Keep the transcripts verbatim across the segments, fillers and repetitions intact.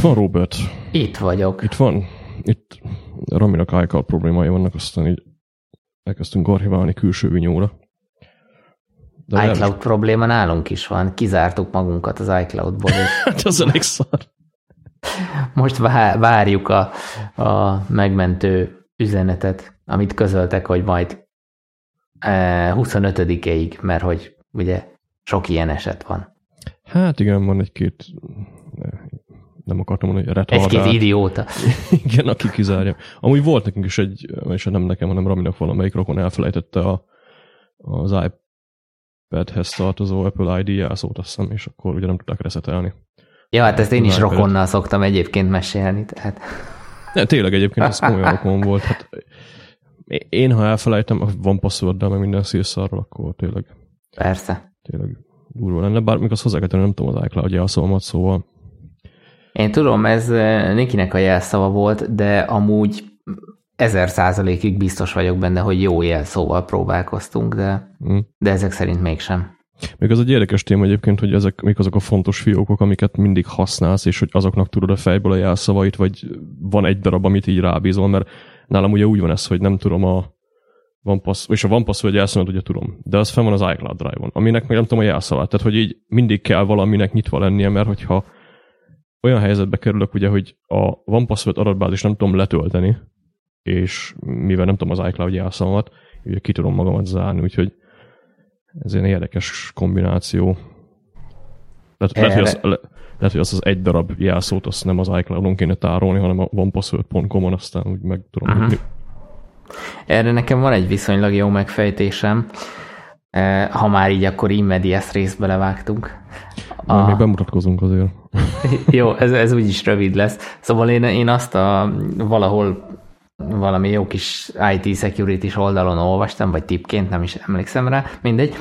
van Robert. Itt vagyok. Itt van. Itt Raminak iCloud problémái vannak, aztán így elkezdtünk archiválni külső vinyóra. De iCloud is... probléma nálunk is van. Kizártuk magunkat az iCloud-ból. Hát az elég szar. Most várjuk a, a megmentő üzenetet, amit közöltek, hogy majd huszonötödikéig, mert hogy ugye sok ilyen eset van. Hát igen, van egy-két, nem akartam mondani, hogy retardált. Egy-két idióta. Igen, aki kizárja. Amúgy volt nekünk is egy, és nem nekem, hanem Raminak valamelyik rokon elfelejtette a, az iPadhez tartozó Apple I D jelszót, azt hiszem, és akkor ugye nem tudták reszetelni. Ja, hát ezt én is rokonnal szoktam egyébként mesélni, tehát... Ne, tényleg egyébként ez komolyan rokon volt. Hát én, ha elfelejtem, van passworddal, meg minden szírszarral, akkor tényleg... Persze. Tényleg durva lenne, bár még azt hozzá kell tenni, nem tudom az iCloud jelszavamat, szóval... Én tudom, ez Nikinek a jelszava volt, de amúgy ezer százalékig biztos vagyok benne, hogy jó jelszóval próbálkoztunk, de, mm. de ezek szerint mégsem. Még az egy érdekes téma egyébként, hogy ezek mik azok a fontos fiókok, amiket mindig használsz, és hogy azoknak tudod a fejből a jelszavait, vagy van egy darab, amit így rábízol, mert nálam ugye úgy van ez, hogy nem tudom a OnePass, és a OnePassword jelszavamat ugye tudom, de az fenn van az iCloud Drive-on, aminek még nem tudom a jelszavát, tehát hogy így mindig kell valaminek nyitva lennie, mert hogyha olyan helyzetbe kerülök ugye, hogy a OnePassword adatbázis nem tudom letölteni, és mivel nem tudom az iCloud jelszavamat, ugye ki tudom magamat zárni, úgyhogy ez egy érdekes kombináció. Lehet, lehet, hogy az, le, lehet, hogy az az egy darab jelszót, azt nem az iCloud-on kéne tárolni, hanem a onepassword pont com-on, aztán úgy meg tudom uh-huh. nyitni. Erre nekem van egy viszonylag jó megfejtésem. Ha már így, akkor immediás részbe levágtunk. A... Még bemutatkozunk azért. Jó, ez, ez úgyis rövid lesz. Szóval én, én azt a valahol valami jó kis I T security-s oldalon olvastam, vagy tippként, nem is emlékszem rá, mindegy.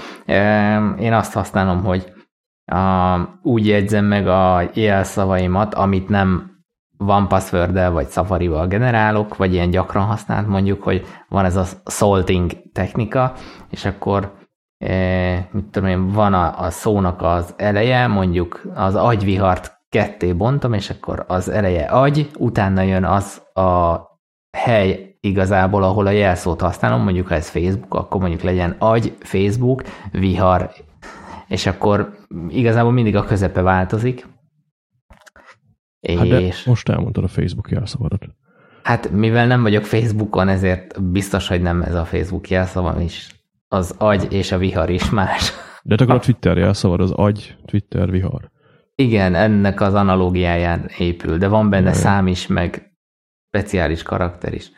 Én azt használom, hogy úgy jegyzem meg a jelszavaimat, amit nem OnePassword-del vagy Safari-val generálok, vagy ilyen gyakran használt, mondjuk, hogy van ez a salting technika, és akkor mit tudom én, van a, a szónak az eleje, mondjuk az agyvihart ketté bontom, és akkor az eleje agy, utána jön az a hely igazából, ahol a jelszót használom, mondjuk ha ez Facebook, akkor mondjuk legyen agy, Facebook, vihar, és akkor igazából mindig a közepe változik. Hát és most elmondtad a Facebook jelszavadat. Hát mivel nem vagyok Facebookon, ezért biztos, hogy nem ez a Facebook jelszavam is. Az agy és a vihar is más. De akkor a Twitter jelszavad az agy, Twitter, vihar. Igen, ennek az analógiáján épül, de van benne ja, szám is, meg speciális karakter is.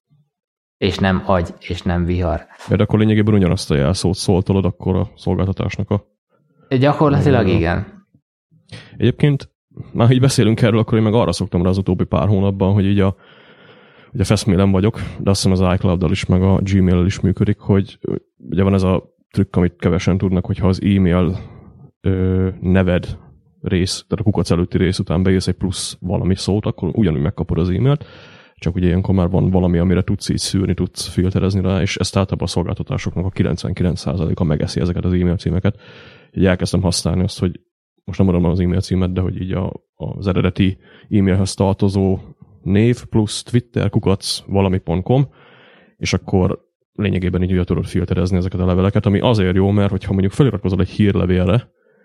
És nem agy, és nem vihar. De akkor lényegében ugyanazt a jelszót szóltolod akkor a szolgáltatásnak a... Gyakorlatilag a... igen. Egyébként, már így beszélünk erről, akkor én meg arra szoktam rá az utóbbi pár hónapban, hogy így a, ugye Fastmailen vagyok, de azt hiszem az iCloud-dal is, meg a Gmail-el is működik, hogy ugye van ez a trükk, amit kevesen tudnak, hogyha az e-mail ö, neved rész, tehát a kukac előtti rész után beírsz egy plusz valami szót, akkor ugyanúgy megkapod az e-mailt, csak ugye ilyenkor már van valami, amire tudsz így szűrni, tudsz filterezni rá, és ezt általában a szolgáltatásoknak a kilencvenkilenc százaléka megeszi ezeket az e-mail címeket. Így elkezdtem használni azt, hogy most nem adom az e-mail címet, de hogy így a, az eredeti e-mailhez tartozó név plusz Twitter, kukac, valami pont com, és akkor lényegében így ugye tudod filterezni ezeket a leveleket, ami azért jó, mert hogyha mondjuk feliratkozol egy hírlevélre,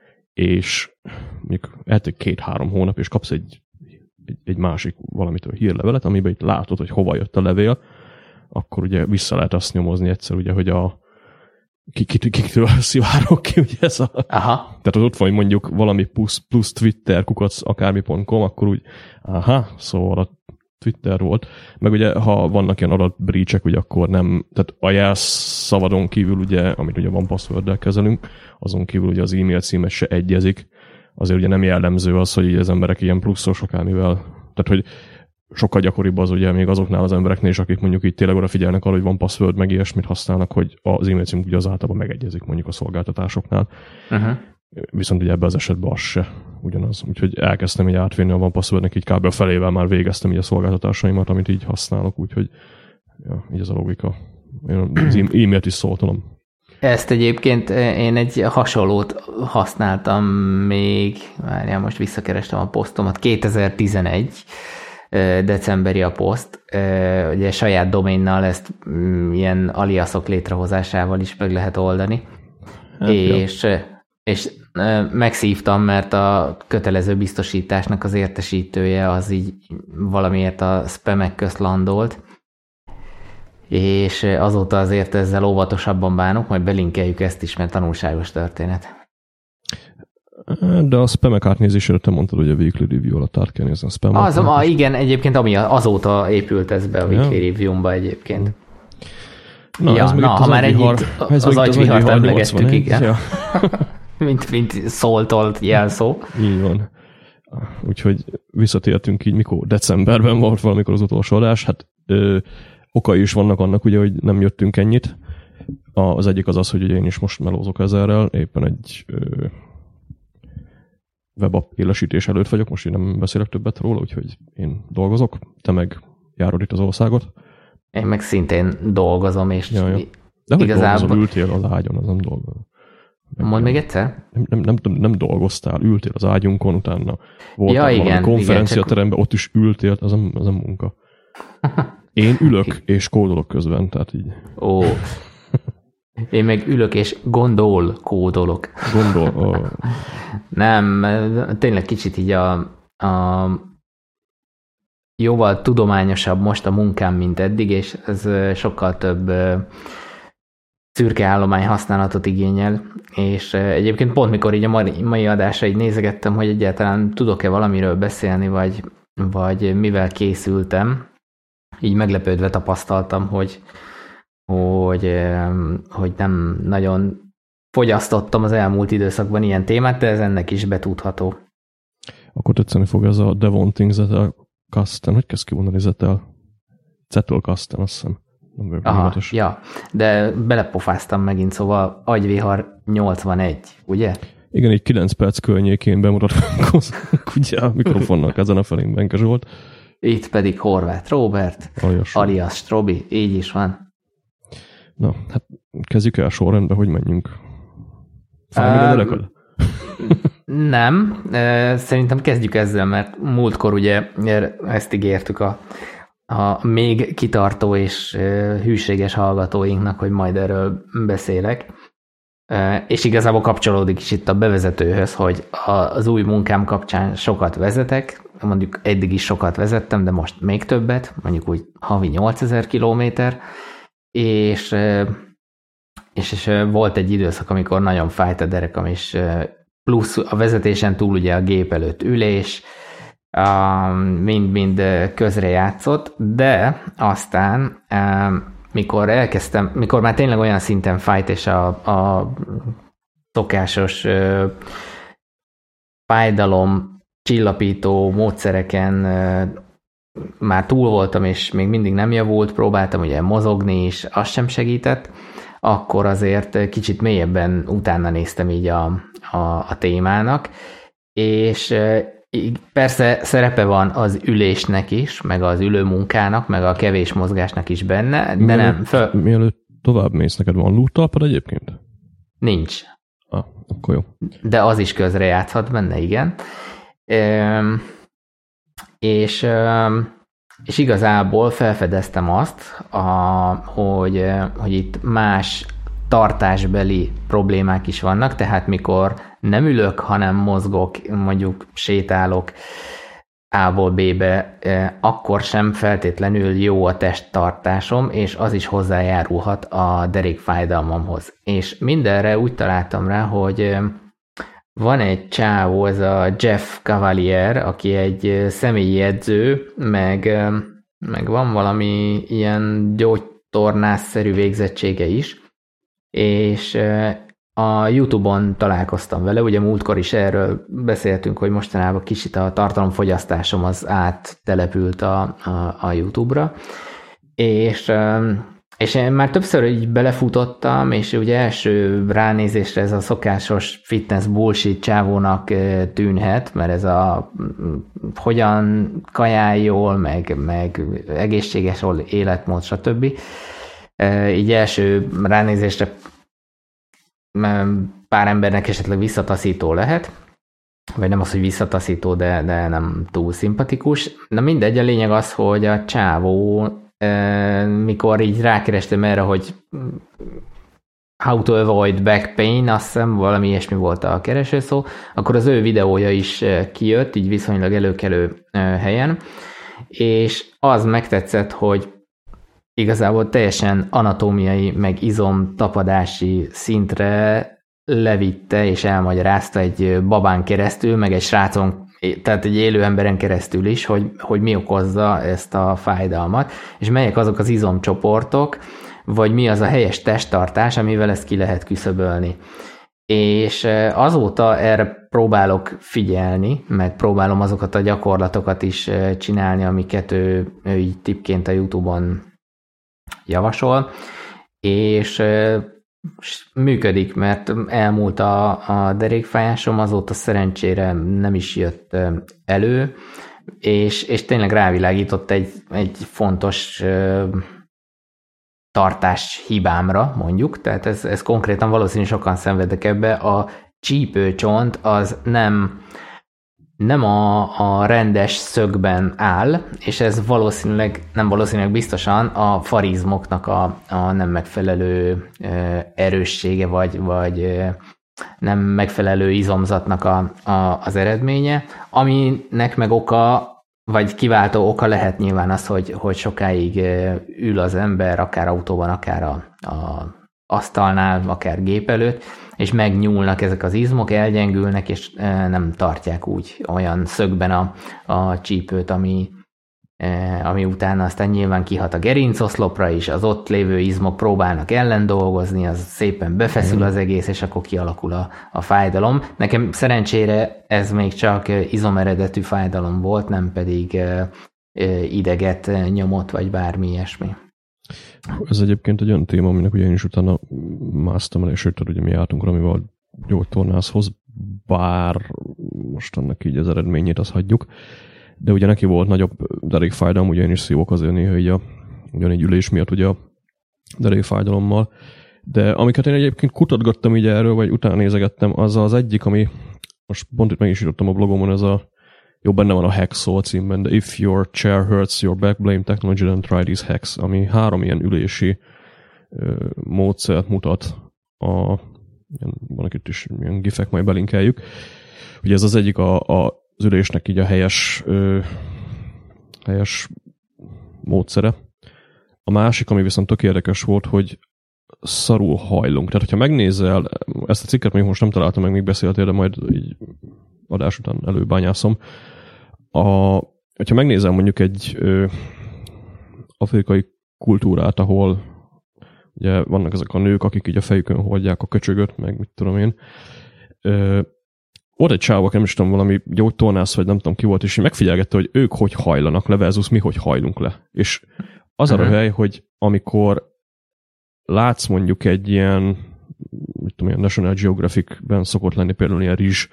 és mondjuk eltelik két-három hónap, és kapsz egy, egy, egy másik valamitől hírlevelet, amiben itt látod, hogy hova jött a levél, akkor ugye vissza lehet azt nyomozni egyszer, ugye, hogy a kiktől szivárok ki, ugye ez a... Aha. Tehát az ott van, hogy mondjuk valami plusz, plusz Twitter, kukac, akármi pont com, akkor úgy, aha, szóval a Twitter volt. Meg ugye, ha vannak ilyen adatbreach-ek, ugye akkor nem, tehát a jelszavadon kívül ugye, amit ugye van passworddel kezelünk, azon kívül ugye az e-mail címet se egyezik. Azért ugye nem jellemző az, hogy az emberek ilyen pluszos akármivel, tehát hogy sokkal gyakoribb az ugye még azoknál az embereknél is, akik mondjuk így tényleg oda figyelnek arra, hogy van password, meg ilyesmit használnak, hogy az e-mail cím ugye az általában megegyezik mondjuk a szolgáltatásoknál. Uh-huh. Viszont ugye ebben az esetben az se ugyanaz. Úgyhogy elkezdtem így átvinni a OnePasswordnek, így kb. A felével már végeztem így a szolgáltatásaimat, amit így használok, úgyhogy ja, így az a logika. Én az e-mailt is szóltalom. Ezt egyébként én egy hasonlót használtam még, várjál, most visszakerestem a posztomat, kétezer-tizenegy decemberi a poszt, ugye saját doménnal ezt ilyen aliaszok létrehozásával is meg lehet oldani, hát, és, és megszívtam, mert a kötelező biztosításnak az értesítője az így valamiért a spamek közt landolt, és azóta azért ezzel óvatosabban bánok, majd belinkeljük ezt is, mert tanulságos történet. De a spamek átnézésére te mondtad, hogy a weekly review alatt át kell nézni a spamet. Az, a, igen, egyébként ami azóta épült ez be a weekly ja. review-ba egyébként. Na, ja, na ha már ennyit az, az agyvihart emlegettük, igen. Ja. mint, mint szóltolt jelszó. Így van. Úgyhogy visszatértünk így, mikor decemberben volt valamikor az utolsó adás. Hát ö, okai is vannak annak, ugye, hogy nem jöttünk ennyit. Az egyik az az, hogy ugye én is most melózok ezerrel, éppen egy ö, webapp élesítés előtt vagyok, most én nem beszélek többet róla, úgyhogy én dolgozok, te meg járod itt az országot. Én meg szintén dolgozom, és ja, ja. De igazából... dolgozom, ültél az ágyon, az nem dolgozom. Mondd még egyszer? Nem, nem, nem, nem dolgoztál, ültél az ágyunkon, utána voltál ja, valami konferenciateremben, ott is ültél, az nem, az nem munka. Én ülök és kódolok közben, tehát így. Ó. Én meg ülök és gondol kódolok. Gondol. A... Nem, tényleg kicsit így a, a jóval tudományosabb most a munkám, mint eddig, és ez sokkal több szürke állomány használatot igényel, és egyébként pont mikor így a mai adásra így nézegettem, hogy egyáltalán tudok-e valamiről beszélni, vagy, vagy mivel készültem, így meglepődve tapasztaltam, hogy, hogy, hogy nem nagyon fogyasztottam az elmúlt időszakban ilyen témát, de ez ennek is betudható. Akkor tetszeni fog ez a Devonting Zettel Kasten, hogy kezd kimondani Zettel? Zettel Kasten, azt hiszem. Aha, ja, de belepofáztam megint, szóval agyvihar nyolcvanegy, ugye? Igen, így kilenc perc környékén bemutatkozunk, ugye a mikrofonnak ezen a felén Benke Zsolt. Itt pedig Horváth Róbert, alias, alias Strobi, így is van. Na, hát kezdjük el sorrendbe, hogy menjünk. Fájni um, Nem, szerintem kezdjük ezzel, mert múltkor ugye ezt ígértük a a még kitartó és hűséges hallgatóinknak, hogy majd erről beszélek. És igazából kapcsolódik is itt a bevezetőhöz, hogy az új munkám kapcsán sokat vezetek, mondjuk eddig is sokat vezettem, de most még többet, mondjuk úgy havi nyolcezer kilométer, és, és, és volt egy időszak, amikor nagyon fájt a derekam, és plusz a vezetésen túl ugye a gép előtt ülés, mind-mind közrejátszott, de aztán mikor elkezdtem, mikor már tényleg olyan szinten fájt, és a, a szokásos fájdalom csillapító módszereken már túl voltam, és még mindig nem javult, próbáltam ugye mozogni is, az sem segített, akkor azért kicsit mélyebben utána néztem így a, a, a témának, és persze szerepe van az ülésnek is, meg az ülőmunkának, meg a kevés mozgásnak is benne, de mielőtt, nem... Föl... Mielőtt tovább mész, neked van lúttalpad egyébként? Nincs. Ah, akkor jó. De az is közre játszhat benne, igen. Üm, és, üm, és igazából felfedeztem azt, a, hogy, hogy itt más tartásbeli problémák is vannak, tehát mikor nem ülök, hanem mozgok, mondjuk sétálok A-ból B-be, akkor sem feltétlenül jó a testtartásom, és az is hozzájárulhat a derékfájdalmamhoz. És mindenre úgy találtam rá, hogy van egy csávó, ez a Jeff Cavalier, aki egy személyi edző, meg, meg van valami ilyen gyógytornászszerű végzettsége is, és a YouTube-on találkoztam vele, ugye múltkor is erről beszéltünk, hogy mostanában kicsit a tartalomfogyasztásom az áttelepült a, a, a YouTube-ra, és, és én már többször így belefutottam, és ugye első ránézésre ez a szokásos fitness bullshit csávónak tűnhet, mert ez a hogyan kajálj jól, meg, meg egészséges életmód, stb. Így első ránézésre pár embernek esetleg visszataszító lehet, vagy nem az, hogy visszataszító, de, de nem túl szimpatikus. Na mindegy, a lényeg az, hogy a csávó, mikor így rákerestem erre, hogy how to avoid back pain, azt hiszem valami ilyesmi volt a keresőszó, akkor az ő videója is kijött, így viszonylag előkelő helyen, és az megtetszett, hogy igazából teljesen anatómiai, meg izomtapadási szintre levitte és elmagyarázta egy babán keresztül, meg egy srácon, tehát egy élő emberen keresztül is, hogy, hogy mi okozza ezt a fájdalmat, és melyek azok az izomcsoportok, vagy mi az a helyes testtartás, amivel ezt ki lehet küszöbölni. És azóta erre próbálok figyelni, meg próbálom azokat a gyakorlatokat is csinálni, amiket ő, ő így tippként a YouTube-on javasol, és működik, mert elmúlt a, a derékfájásom, azóta szerencsére nem is jött elő, és, és tényleg rávilágított egy, egy fontos tartás hibámra, mondjuk, tehát ez, ez konkrétan valószínűleg sokan szenvedek ebbe, a csípőcsont az nem, nem a, a rendes szögben áll, és ez valószínűleg, nem valószínűleg biztosan a farizmoknak a, a nem megfelelő erőssége, vagy, vagy nem megfelelő izomzatnak a, a, az eredménye, aminek meg oka, vagy kiváltó oka lehet nyilván az, hogy, hogy sokáig ül az ember, akár autóban, akár a, a asztalnál, akár gép előtt, és megnyúlnak ezek az izmok, elgyengülnek, és nem tartják úgy olyan szögben a, a csípőt, ami, ami utána aztán nyilván kihat a gerincoszlopra is, az ott lévő izmok próbálnak ellen dolgozni, az szépen befeszül az egész, és akkor kialakul a, a fájdalom. Nekem szerencsére ez még csak izomeredetű fájdalom volt, nem pedig ideget nyomott, vagy bármi ilyesmi. Ez egyébként egy olyan téma, aminek ugye én is utána másztam el, és sőt, ugye mi jártunk valamivel gyógytornászhoz, bár most annak így az eredményét azt hagyjuk, de ugye neki volt nagyobb derékfájdalom, ugye én is szívok azért néha így a ugyanígy ülés miatt ugye a derékfájdalommal, de amiket én egyébként kutatgattam így erről, vagy utána nézegettem, az az egyik, ami most pont itt meg is írtam a blogomon, ez a jó, benne van a Hacks szó a címben, de If your chair hurts your back, blame technology, then try these hacks, ami három ilyen ülési ö, módszert mutat. A, ilyen, vannak itt is ilyen gifek, majd belinkeljük. Ugye ez az egyik a, a, az ülésnek így a helyes, ö, helyes módszere. A másik, ami viszont tök érdekes volt, hogy szarul hajlunk. Tehát, hogyha megnézel, ezt a cikket még most nem találtam meg, még beszéltél, de majd így adás után előbányászom. A, hogyha megnézel mondjuk egy ö, afrikai kultúrát, ahol ugye vannak ezek a nők, akik így a fejükön hordják a köcsögöt, meg mit tudom én. Ö, ott egy csávok, nem is tudom, valami gyógytornász, vagy nem tudom ki volt, és megfigyelgette, hogy ők hogy hajlanak le, versus mi hogy hajlunk le. És az uh-huh. a hely, hogy amikor látsz mondjuk egy ilyen, mit tudom, ilyen National Geographic-ben szokott lenni például ilyen rizs,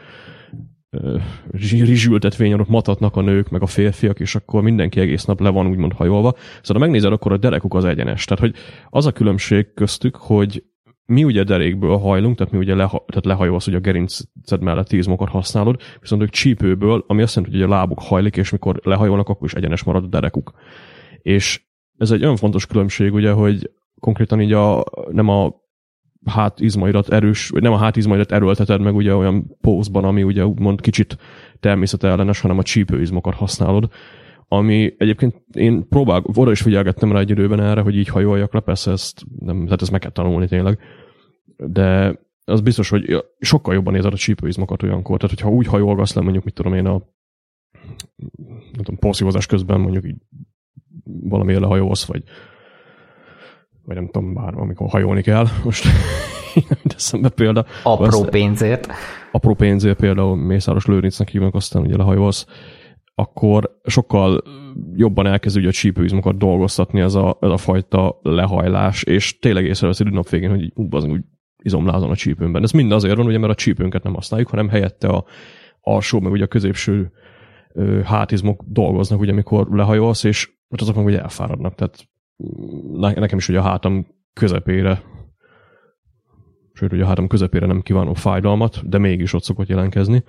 rizsültetvény, ott matatnak a nők, meg a férfiak, és akkor mindenki egész nap le van úgymond hajolva. Szóval megnézed, akkor a derekuk az egyenes. Tehát, hogy az a különbség köztük, hogy mi ugye derékből hajlunk, tehát mi ugye leha, tehát lehajolsz, hogy a gerinced mellett izmokat használod, viszont ők csípőből, ami azt jelenti, hogy a lábuk hajlik, és mikor lehajolnak, akkor is egyenes marad a derekuk. És ez egy olyan fontos különbség, ugye, hogy konkrétan így a, nem a hátizmaidat erős, vagy nem a hátizmaidat erőlteted meg ugye olyan pózban, ami ugye úgymond kicsit természetellenes, hanem a csípőizmokat használod, ami egyébként én próbál, oda is figyelgettem rá egy időben erre, hogy így hajoljak le, persze ezt, nem, tehát ezt meg kell tanulni tényleg, de az biztos, hogy sokkal jobban érzed a csípőizmokat olyankor, tehát hogyha úgy hajolgasz le, mondjuk mit tudom én a nem tudom, porszívozás közben mondjuk így valamilyen lehajolsz, vagy vagy nem tudom, bár amikor hajolni kell, most nem teszem be példa. Apró azt, pénzért. Apró pénzért például Mészáros Lőrincnek hívnak, aztán ugye lehajolsz, akkor sokkal jobban elkezd ugye a csípőizmokat dolgoztatni ez a, ez a fajta lehajlás, és tényleg észrevesz egy nap végén, hogy ú, az úgy izomlázon a csípőnben. Ez mind azért van, ugye, mert a csípőnket nem használjuk, hanem helyette a alsó, meg ugye a középső ö, hátizmok dolgoznak, ugye, amikor lehajolsz, és azok meg ugye elfáradnak, tehát nekem is ugye a hátam közepére sőt, ugye a hátam közepére nem kívánó fájdalmat, de mégis ott szokott jelentkezni.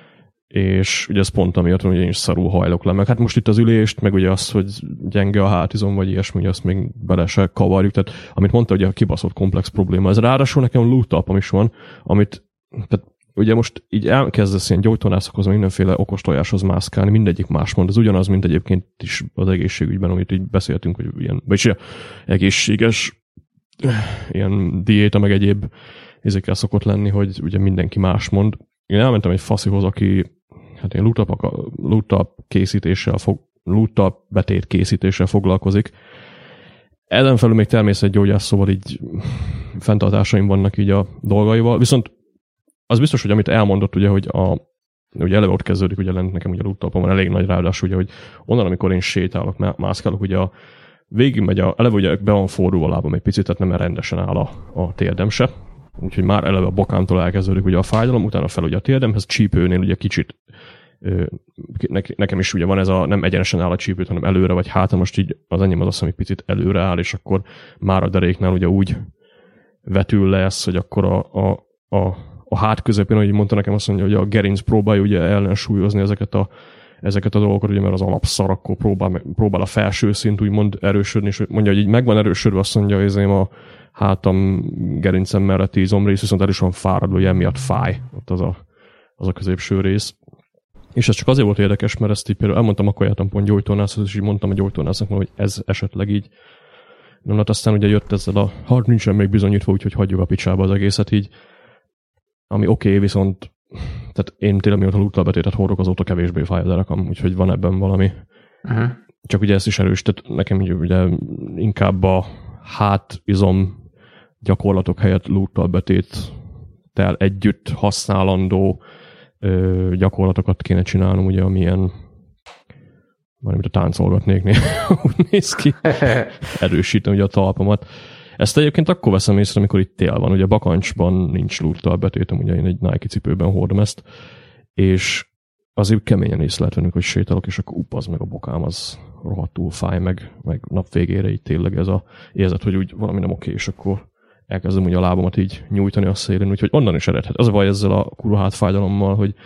És ugye ez pont amiatt, hogy én is szarul hajlok le. Meg hát most itt az ülést, meg ugye az, hogy gyenge a hátizom, vagy ilyesmi, azt még bele se kavarjuk. Tehát amit mondta, ugye a kibaszott komplex probléma. Ez ráadásul nekem loop-talpam is van, amit tehát ugye most így elkezdesz ilyen gyógytornászokhoz, mindenféle okos tojáshoz mászkálni, mindegyik más mond. Ez ugyanaz, mint egyébként is az egészségügyben, amit így beszéltünk, hogy ilyen, vagyis ilyen egészséges ilyen diéta, meg egyéb ezekkel szokott lenni, hogy ugye mindenki más mond. Én elmentem egy faszihoz, aki hát ilyen loop-talp készítéssel fog, loop-talp betét készítéssel foglalkozik. Ezen felül még természetgyógyász, szóval így fenntartásaim vannak így a dolgaival. Viszont az biztos, hogy amit elmondott, ugye, hogy a, ugye eleve ott kezdődik, ugye lent nekem ugye a loop-talpon van elég nagy ráadás, ugye, hogy onnan, amikor én sétálok, mászkálok, ugye a végig megy, a, eleve ugye be van fordulva a lábam egy picit, tehát nem rendesen áll a, a térdem se. Úgyhogy már eleve a bokámtól elkezdődik ugye a fájdalom, utána fel ugye a térdemhez, csípőnél ugye kicsit nekem is ugye van ez a nem egyenesen áll a csípőt, hanem előre vagy hátra, most így az enyém az azt hiszem, hogy picit előre áll, és akkor már a deréknál ugye úgy vetül le ez, hogy akkor a, a, a, a hát közepén, ahogy mondta nekem, azt mondja, hogy a gerinc próbálja ugye ellensúlyozni ezeket a, ezeket a dolgokat, ugye, mert az alapszar akkor próbál, próbál a felső szint úgymond erősödni, és mondja, hogy így meg van erősödve, azt mondja, hogy ezért a hátam gerincem melletti izomrész, viszont el is van fáradva, hogy emiatt fáj ott az a, az a középső rész. És ez csak azért volt érdekes, mert ezt így például elmondtam, akkor jártam pont gyógytornászhoz, és így mondtam a gyógytornásznak, hogy ez esetleg így nem lett. Aztán ugye jött ezzel a, hát nincsen még bizonyítva, úgyhogy hagyjuk a picsába az egészet így. Ami oké, okay, viszont tehát én tényleg mióta loop-talp-betétet hordok, azóta kevésbé fáj a derekam, úgyhogy van ebben valami. Uh-huh. Csak ugye ezt is erős, tehát nekem ugye inkább a hátizom gyakorlatok helyett loop-talp-betéttel együtt használandó ö, gyakorlatokat kéne csinálnom, ugye, amilyen valamit a táncolgatnéknél úgy néz ki. Erősítem ugye a talpamat. Ezt egyébként akkor veszem észre, amikor itt tél van. Ugye a bakancsban nincs loop-talp-betétem, ugye én egy Nike cipőben hordom ezt, és azért keményen észre lehet venni, hogy sétálok, és akkor upaz meg a bokám, az rohadtul fáj, meg, meg nap végére így tényleg ez a érzet, hogy úgy valami nem oké, és akkor elkezdem ugye a lábamat így nyújtani a szélén, úgyhogy onnan is eredhet. Az a baj ezzel a kurva hátfájdalommal, hogy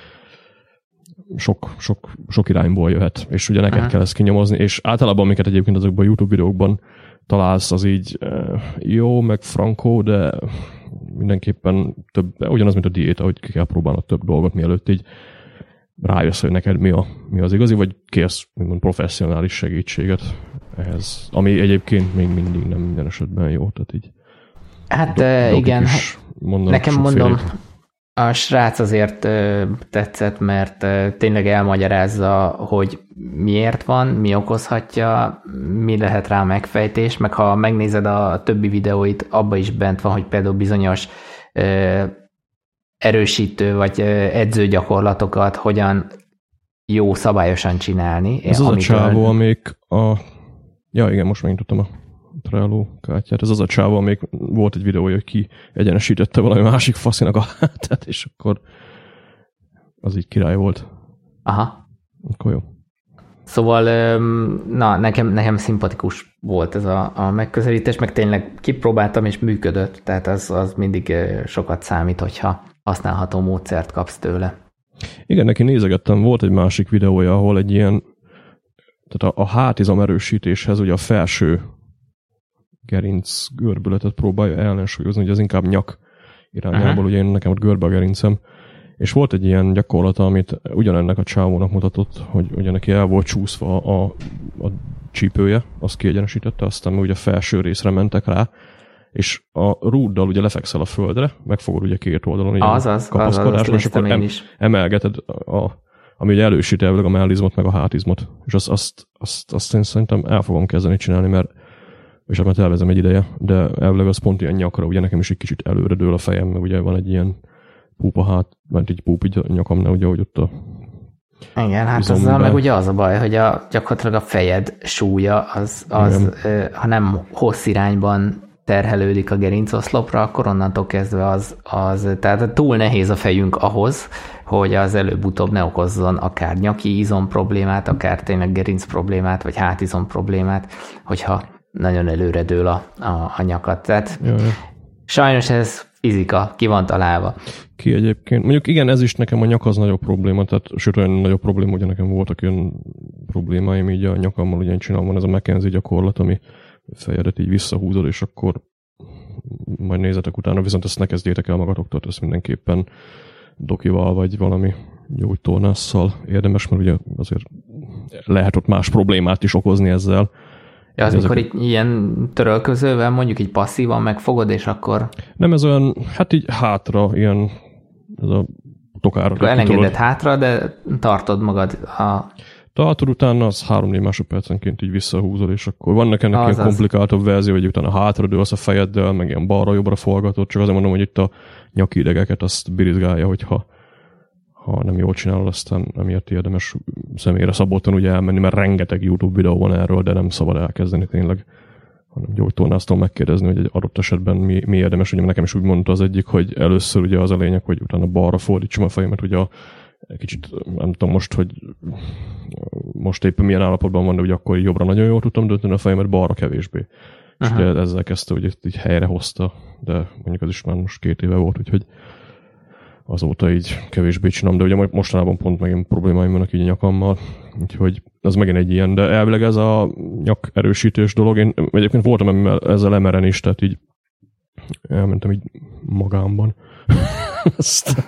sok, sok, sok irányból jöhet, és ugye neked Aha. kell ezt kinyomozni, és általában amiket egyébként azokban a YouTube videókban találsz, az így jó, meg frankó, de mindenképpen több, ugyanaz, mint a diéta, hogy ki kell próbálnod több dolgot, mielőtt így rájössz, hogy neked mi, a, mi az igazi, vagy kérsz mondom, professzionális segítséget ehhez, ami egyébként még mindig nem minden esetben jó, tehát így hát do, igen, nekem mondom, félét. A srác azért ö, tetszett, mert ö, tényleg elmagyarázza, hogy miért van, mi okozhatja, mi lehet rá megfejtés, meg ha megnézed a többi videóit, abba is bent van, hogy például bizonyos ö, erősítő vagy ö, edzőgyakorlatokat hogyan jó szabályosan csinálni. Ez az a csávó, amik a... Ja, igen, most megnyitottam a Trello kártyát. Ez az a csávó, amik volt egy videója, hogy ki egyenesítette valami másik faszinak a hátát, és akkor az így király volt. Aha. Akkor jó. Szóval, na, nekem, nekem szimpatikus volt ez a, a megközelítés, meg tényleg kipróbáltam, és működött, tehát az, az mindig sokat számít, hogyha használható módszert kapsz tőle. Igen, neki nézegettem, volt egy másik videója, ahol egy ilyen, tehát a, a hátizom erősítéshez ugye a felső gerinc görbületet próbálja ellensúlyozni, ugye az inkább nyak irányából, uh-huh. ugye én nekem ott görbe a gerincem, és volt egy ilyen gyakorlata, amit ugyanennek a csávónak mutatott, hogy ugye neki el volt csúszva a, a csípője, azt kiegyenesítette, aztán ugye a felső részre mentek rá, és a rúddal ugye lefekszel a földre, megfogod ugye két oldalon, az, az, kapaszkodásban, és akkor em, emelgeted, a, ami ugye elősíti elvileg a mellizmot, meg a hátizmot. És azt, azt, azt, azt én szerintem el fogom kezdeni csinálni, mert és hát elvezem egy ideje, de elvileg az pont ilyen nyakra, ugye nekem is egy kicsit előre dől a fejem, mert ugye van egy ilyen púpa hát, mert így púp így a nyakamnál, ugye, hogy ott a igen, hát azzal meg ugye az a baj, hogy a, gyakorlatilag a fejed súlya, az, az ha nem hossz irányban terhelődik a gerincoszlopra, akkor onnantól kezdve az, az, tehát túl nehéz a fejünk ahhoz, hogy az előbb-utóbb ne okozzon akár nyaki izom problémát, akár tényleg gerinc problémát, vagy hátizom problémát, hogyha nagyon előre dől a, a, a nyakat. Tehát jaj. Sajnos ez fizika, ki van találva. Ki egyébként. Mondjuk igen, ez is nekem a nyak az nagyobb probléma, tehát sőt olyan nagyobb probléma, ugye nekem voltak olyan problémáim így a nyakammal, ugye én csinálom, van ez a McKenzie gyakorlat, ami fejedet így visszahúzod, és akkor majd nézzetek utána, viszont ezt ne kezdjétek el magatoktól, ezt mindenképpen dokival, vagy valami gyógytornásszal érdemes, mert ugye azért lehet ott más problémát is okozni ezzel. Ja, az, amikor ezek... ilyen törölközővel mondjuk így passzívan megfogod, és akkor... Nem, ez olyan, hát így hátra, ilyen, ez a tokára. Akkor elengeded hátra, de tartod magad a... Tartod utána, az három-négy másodpercenként így visszahúzod, és akkor vannak ennek az ilyen komplikáltabb verzió, hogy utána hátradőlsz a fejeddel, meg ilyen balra-jobbra forgatod, csak azért mondom, hogy itt a nyakidegeket azt birizgálja, hogyha ha nem jól csinálod, aztán emiatt érdemes személyre szabottan ugye elmenni, mert rengeteg YouTube videó van erről, de nem szabad elkezdeni tényleg, hanem gyógytornásztól megkérdezni, hogy egy adott esetben mi, mi érdemes. Ugye nekem is úgy mondta az egyik, hogy először ugye az a lényeg, hogy utána balra fordítsam a fejemet, ugye a, kicsit nem tudom most, hogy most éppen milyen állapotban van, de ugye akkor jobbra nagyon jól tudtam dönteni a fejemet, balra kevésbé. És ugye ezzel kezdte, hogy itt így helyre hozta, de mondjuk az is már most két éve volt, úgyhogy azóta így kevésbé csinálom, de ugye mostanában pont megint problémáim vannak így a nyakammal, úgyhogy az megint egy ilyen, de elvileg ez a nyak erősítés dolog, én egyébként voltam ezzel emeren is, tehát így elmentem így magámban. Azt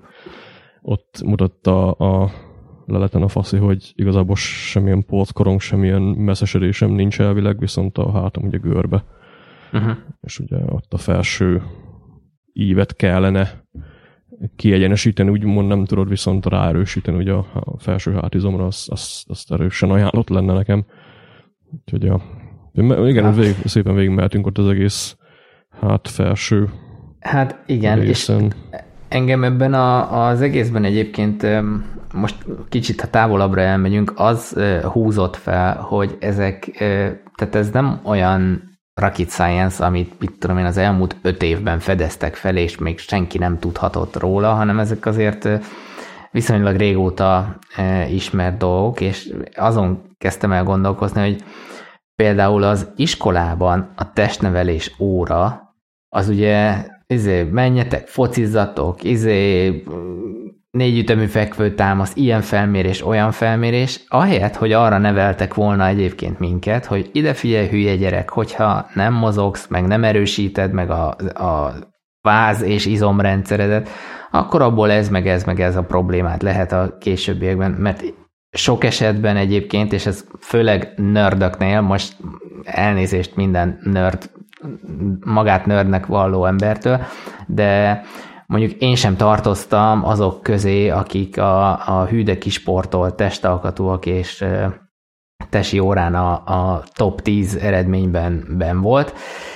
ott mutatta a leleten a faszi, hogy igazából semmilyen pótkorong, semmilyen messzesedésem nincs elvileg, viszont a hátam ugye görbe. Uh-huh. És ugye ott a felső ívet kellene kiegyenesíteni, úgymond nem tudod viszont ráerősíteni, ugye a, a felső hátizomra, azt az, az erősen ajánlott lenne nekem. Úgyhogy ja. Igen, hát. Végig, szépen végigmehetünk ott az egész hát felső Hát igen, részen. És engem ebben a, az egészben egyébként most kicsit, ha távolabbra elmegyünk, az húzott fel, hogy ezek, tehát ez nem olyan rocket science, amit mit tudom én az elmúlt öt évben fedeztek fel, és még senki nem tudhatott róla, hanem ezek azért viszonylag régóta ismert dolgok, és azon kezdtem el gondolkozni, hogy például az iskolában a testnevelés óra, az ugye izé, menjetek, focizzatok, izé, négyütemű fekvőtámasz, ilyen felmérés, olyan felmérés, ahelyett, hogy arra neveltek volna egyébként minket, hogy ide figyelj, hülye gyerek, hogyha nem mozogsz, meg nem erősíted meg a, a váz és izomrendszeredet, akkor abból ez, meg ez, meg ez a problémát lehet a későbbiekben, mert sok esetben egyébként, és ez főleg nördöknél, most elnézést minden nörd, magát nördnek valló embertől, de mondjuk én sem tartoztam azok közé, akik a, a hűde kisportolt testalkatúak és tesi órán a, a top tíz eredményben ben volt.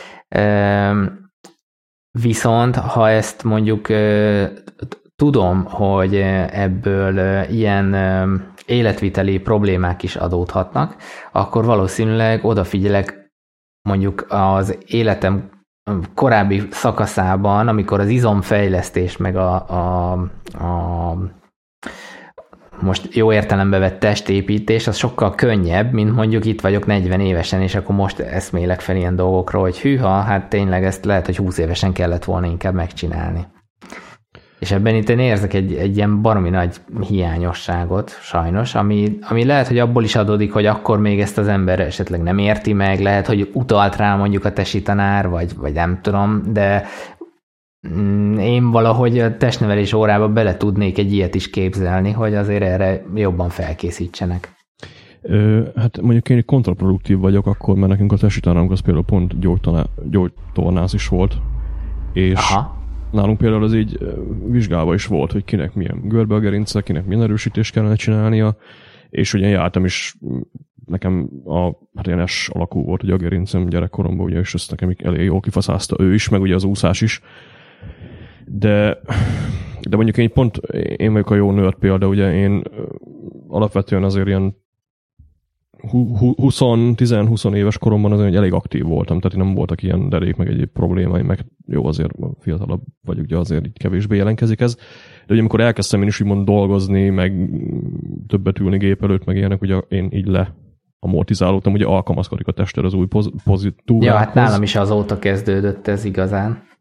Viszont ha ezt mondjuk tudom, hogy ebből ilyen életviteli problémák is adódhatnak, akkor valószínűleg odafigyelek mondjuk az életem korábbi szakaszában, amikor az izomfejlesztés meg a, a, a most jó értelembe vett testépítés, az sokkal könnyebb, mint mondjuk itt vagyok negyven évesen, és akkor most eszmélek fel ilyen dolgokról, hogy hűha, hát tényleg ezt lehet, hogy húsz évesen kellett volna inkább megcsinálni. És ebben itt én érzek egy, egy ilyen baromi nagy hiányosságot, sajnos, ami, ami lehet, hogy abból is adódik, hogy akkor még ezt az ember esetleg nem érti meg, lehet, hogy utalt rá mondjuk a tesi tanár, vagy, vagy nem tudom, de én valahogy a testnevelés órába bele tudnék egy ilyet is képzelni, hogy azért erre jobban felkészítsenek. Ö, hát mondjuk én kontraproduktív vagyok akkor, mert nekünk a tesi tanárunk az például pont gyógytornász is volt, és aha. Nálunk például az így vizsgálva is volt, hogy kinek milyen görbe a gerince, kinek milyen erősítést kellene csinálnia, és ugye jártam is, nekem a hát ilyen S alakú volt ugye a gerincem gyerekkoromban, ugye, és ezt nekem elég jól kifaszázta ő is, meg ugye az úszás is. De, de mondjuk én pont, én vagyok a jó nerd példa, ugye én alapvetően azért ilyen húsz, tíz-húsz éves koromban azért elég aktív voltam, tehát nem voltak ilyen derék, meg egyéb problémáim, meg jó, azért fiatalabb vagyok, ugye azért így kevésbé jelenkezik ez. De ugye amikor elkezdtem én is úgymond dolgozni, meg többet ülni gép előtt, meg ilyenek, ugye én így le amortizálódtam, ugye alkalmazkodik a tested az új poz- pozitúrákhoz. Ja, hát nálam is azóta kezdődött ez igazán.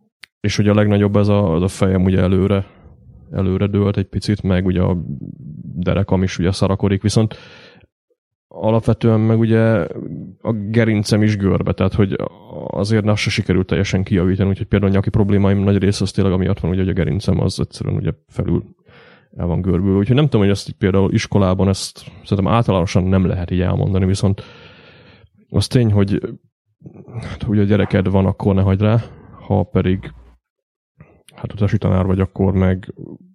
és ugye a legnagyobb ez a, az a fejem ugye előre, előre dőlt egy picit, meg ugye a derekam is ugye szarakodik, viszont alapvetően meg ugye a gerincem is görbe, tehát hogy azért azt se sikerült teljesen kijavítani, úgyhogy például a nyaki problémáim nagy része az tényleg amiatt van, ugye, hogy a gerincem az egyszerűen ugye felül el van görbülve. Úgyhogy nem tudom, hogy ezt például iskolában ezt szerintem általánosan nem lehet így elmondani, viszont az tény, hogy hát, hogy a gyereked van, akkor ne hagyd rá, ha pedig hát utasi tanár vagy, akkor meg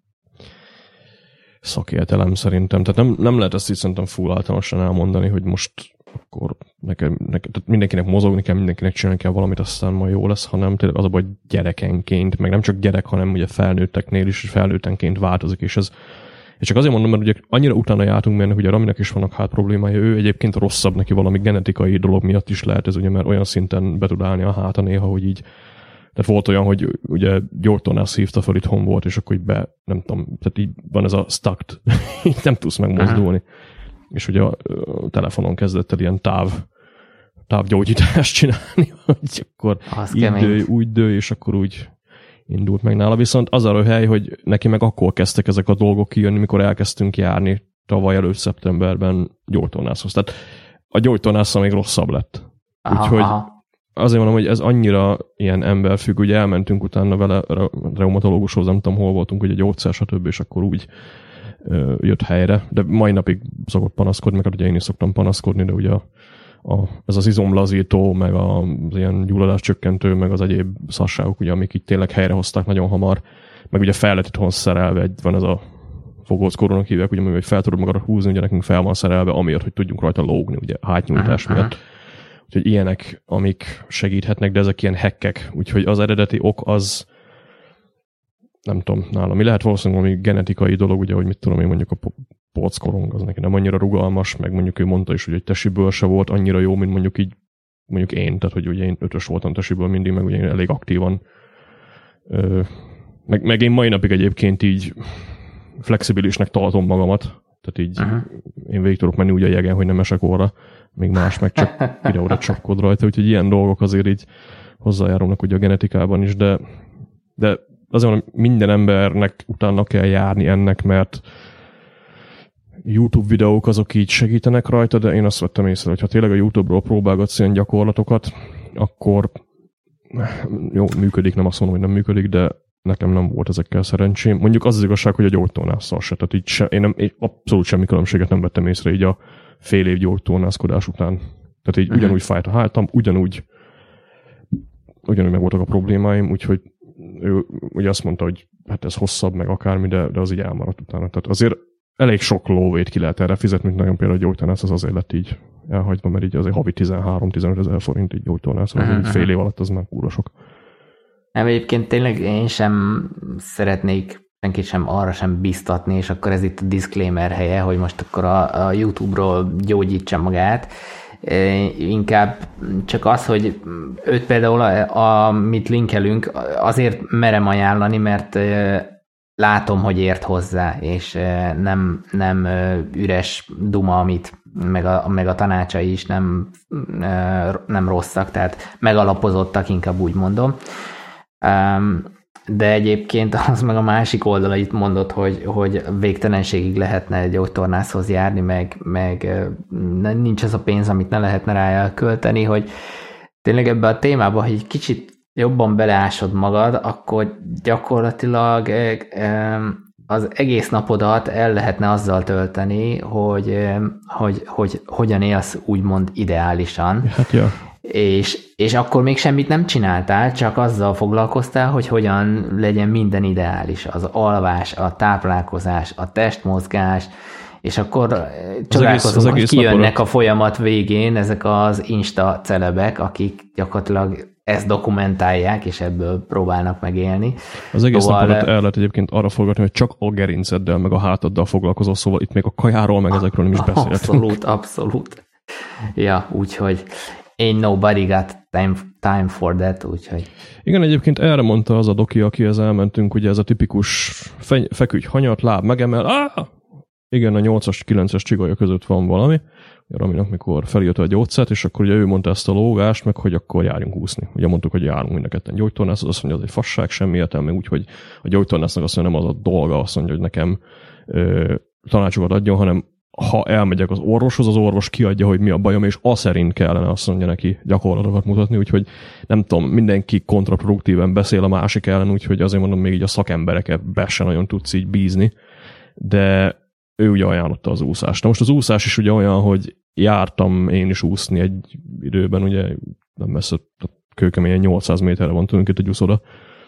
szakértelem szerintem. Tehát nem, nem lehet ezt így szerintem full általánosan elmondani, hogy most akkor nekem, nekem, tehát mindenkinek mozogni kell, mindenkinek csinálni kell valamit, aztán majd jó lesz, hanem tényleg az a baj, hogy gyerekenként, meg nem csak gyerek, hanem ugye felnőtteknél is felnőttenként változik, és ez és csak azért mondom, mert ugye annyira utána jártunk, mert ugye Raminak is vannak hát problémája, ő egyébként rosszabb neki valami genetikai dolog miatt is lehet ez, ugye, mert olyan szinten be tud állni a háta néha, hogy így tehát volt olyan, hogy ugye gyógytornász hívta fel, itthon volt, és akkor így be, nem tudom, tehát így van ez a stuck, így nem tudsz megmozdulni. Aha. És ugye a, a telefonon kezdett el ilyen táv, távgyógyítást csinálni, hogy akkor az így dőj, úgy dőj, és akkor úgy indult meg nála. Viszont az a röhely, hogy neki meg akkor kezdtek ezek a dolgok kijönni, mikor elkezdtünk járni tavaly előtt szeptemberben gyógytornászhoz. Tehát a gyógytornászra még rosszabb lett. Úgyhogy azért mondom, hogy ez annyira ilyen emberfügg, ugye elmentünk utána vele reumatológushoz, nem tudom, hol voltunk, ugye gyógyszer, stb., és akkor úgy ö, jött helyre, de mai napig szokott panaszkodni, meg ugye én is szoktam panaszkodni, de ugye a, a, ez az izomlazító, meg a, az ilyen gyulladás csökkentő, meg az egyéb szarságok, ugye, amik itt tényleg helyrehozták nagyon hamar, meg ugye fel lett itthon szerelve, egy, van ez a fogóckórónak hívják, ugye, hogy fel tudod magadat húzni, ugye nekünk fel van szerelve, amiatt, hogy tudjunk rajta lógni, ugye hátnyújtás uh-huh. miatt. Úgyhogy ilyenek, amik segíthetnek, de ezek ilyen hackek. Úgyhogy az eredeti ok az, nem tudom, nálam mi lehet valószínűleg valami genetikai dolog, ugye, hogy mit tudom én, mondjuk a polckorong, az neki nem annyira rugalmas, meg mondjuk ő mondta is, hogy egy tesiből se volt annyira jó, mint mondjuk így, mondjuk én, tehát hogy ugye én ötös voltam tesiből mindig, meg ugye én elég aktívan. Meg, meg én mai napig egyébként így flexibilisnek tartom magamat, tehát így uh-huh. én végig tudok menni úgy a jegen, hogy nem esek orra, még más meg csak ide-oda csapkod rajta, úgyhogy ilyen dolgok azért így hozzájárulnak ugye a genetikában is, de, de azért mondom, minden embernek utána kell járni ennek, mert YouTube videók azok így segítenek rajta, de én azt vettem észre, hogy ha tényleg a YouTube-ról próbálgatsz ilyen gyakorlatokat, akkor jó, működik, nem azt mondom, hogy nem működik, de nekem nem volt ezekkel szerencsém. Mondjuk az az igazság, hogy a gyógytornásszal se, tehát így se, én, nem, én abszolút semmi különbséget nem vettem észre így a fél év gyógytornászkodás után. Tehát így uh-huh. ugyanúgy fájt a hátam, ugyanúgy ugyanúgy meg voltak a problémáim, úgyhogy ő ugye azt mondta, hogy hát ez hosszabb, meg akármi, de, de az így elmaradt utána. Tehát azért elég sok lóvét ki lehet erre fizetni, mint nagyon például a gyógytornász, az azért lett így elhagyva, mert így azért havi tizenhárom-tizenöt ezer forint így gyógytornász, uh-huh. így fél év alatt az már kúra sok. Nem, egyébként tényleg én sem szeretnék senkit sem arra sem biztatni, és akkor ez itt a disclaimer helye, hogy most akkor a, a YouTube-ról gyógyítsa magát. E, inkább csak az, hogy őt például, amit linkelünk, azért merem ajánlani, mert e, látom, hogy ért hozzá, és e, nem, nem e, üres duma, amit meg a, meg a tanácsai is nem, e, nem rosszak, tehát megalapozottak, inkább úgy mondom. Um, de egyébként az meg a másik oldala itt mondott, hogy, hogy végtelenségig lehetne egy gyógytornászhoz járni, meg, meg nincs ez a pénz, amit ne lehetne rá elkölteni, hogy tényleg ebbe a témába, hogy egy kicsit jobban beleásod magad, akkor gyakorlatilag az egész napodat el lehetne azzal tölteni, hogy, hogy, hogy hogyan élsz úgymond ideálisan. Hát ja. És, és akkor még semmit nem csináltál, csak azzal foglalkoztál, hogy hogyan legyen minden ideális. Az alvás, a táplálkozás, a testmozgás, és akkor csodálkozunk, hogy kijönnek napodat. A folyamat végén ezek az Insta celebek, akik gyakorlatilag ezt dokumentálják, és ebből próbálnak megélni. Az egész szóval... napodat el lehet egyébként arra forgatni, hogy csak a gerinceddel, meg a hátaddal foglalkozol, szóval itt még a kajáról, meg ezekről nem is beszéltünk. Abszolút, abszolút. Ja, úgyhogy ain't nobody got time, time for that, úgyhogy... Igen, egyébként erre mondta az a doki, akihez elmentünk, ugye ez a tipikus fe, feküdj, hanyat, láb, megemel, áh! Igen, a nyolcas, kilences csigolya között van valami, aminek mikor felírta a gyógyszert, és akkor ugye ő mondta ezt a lógást, meg hogy akkor járjunk úszni. Ugye mondtuk, hogy járunk mind a ketten gyógytornász, az azt mondja, az egy fasság, semmi értelme, úgyhogy a gyógytornásznak azt mondja, nem az a dolga, azt mondja, hogy nekem ö, tanácsokat adjon, hanem ha elmegyek az orvoshoz, az orvos kiadja, hogy mi a bajom, és az szerint kellene azt mondja neki gyakorlatokat mutatni, úgyhogy nem tudom, mindenki kontraproduktíven beszél a másik ellen, úgyhogy azért mondom, még így a szakembereket be se nagyon tudsz így bízni, de ő ugye ajánlotta az úszást. Na most az úszás is ugye olyan, hogy jártam én is úszni egy időben, ugye nem messze, kőkeményen nyolcszáz méterre van tőlünk itt egy úszoda,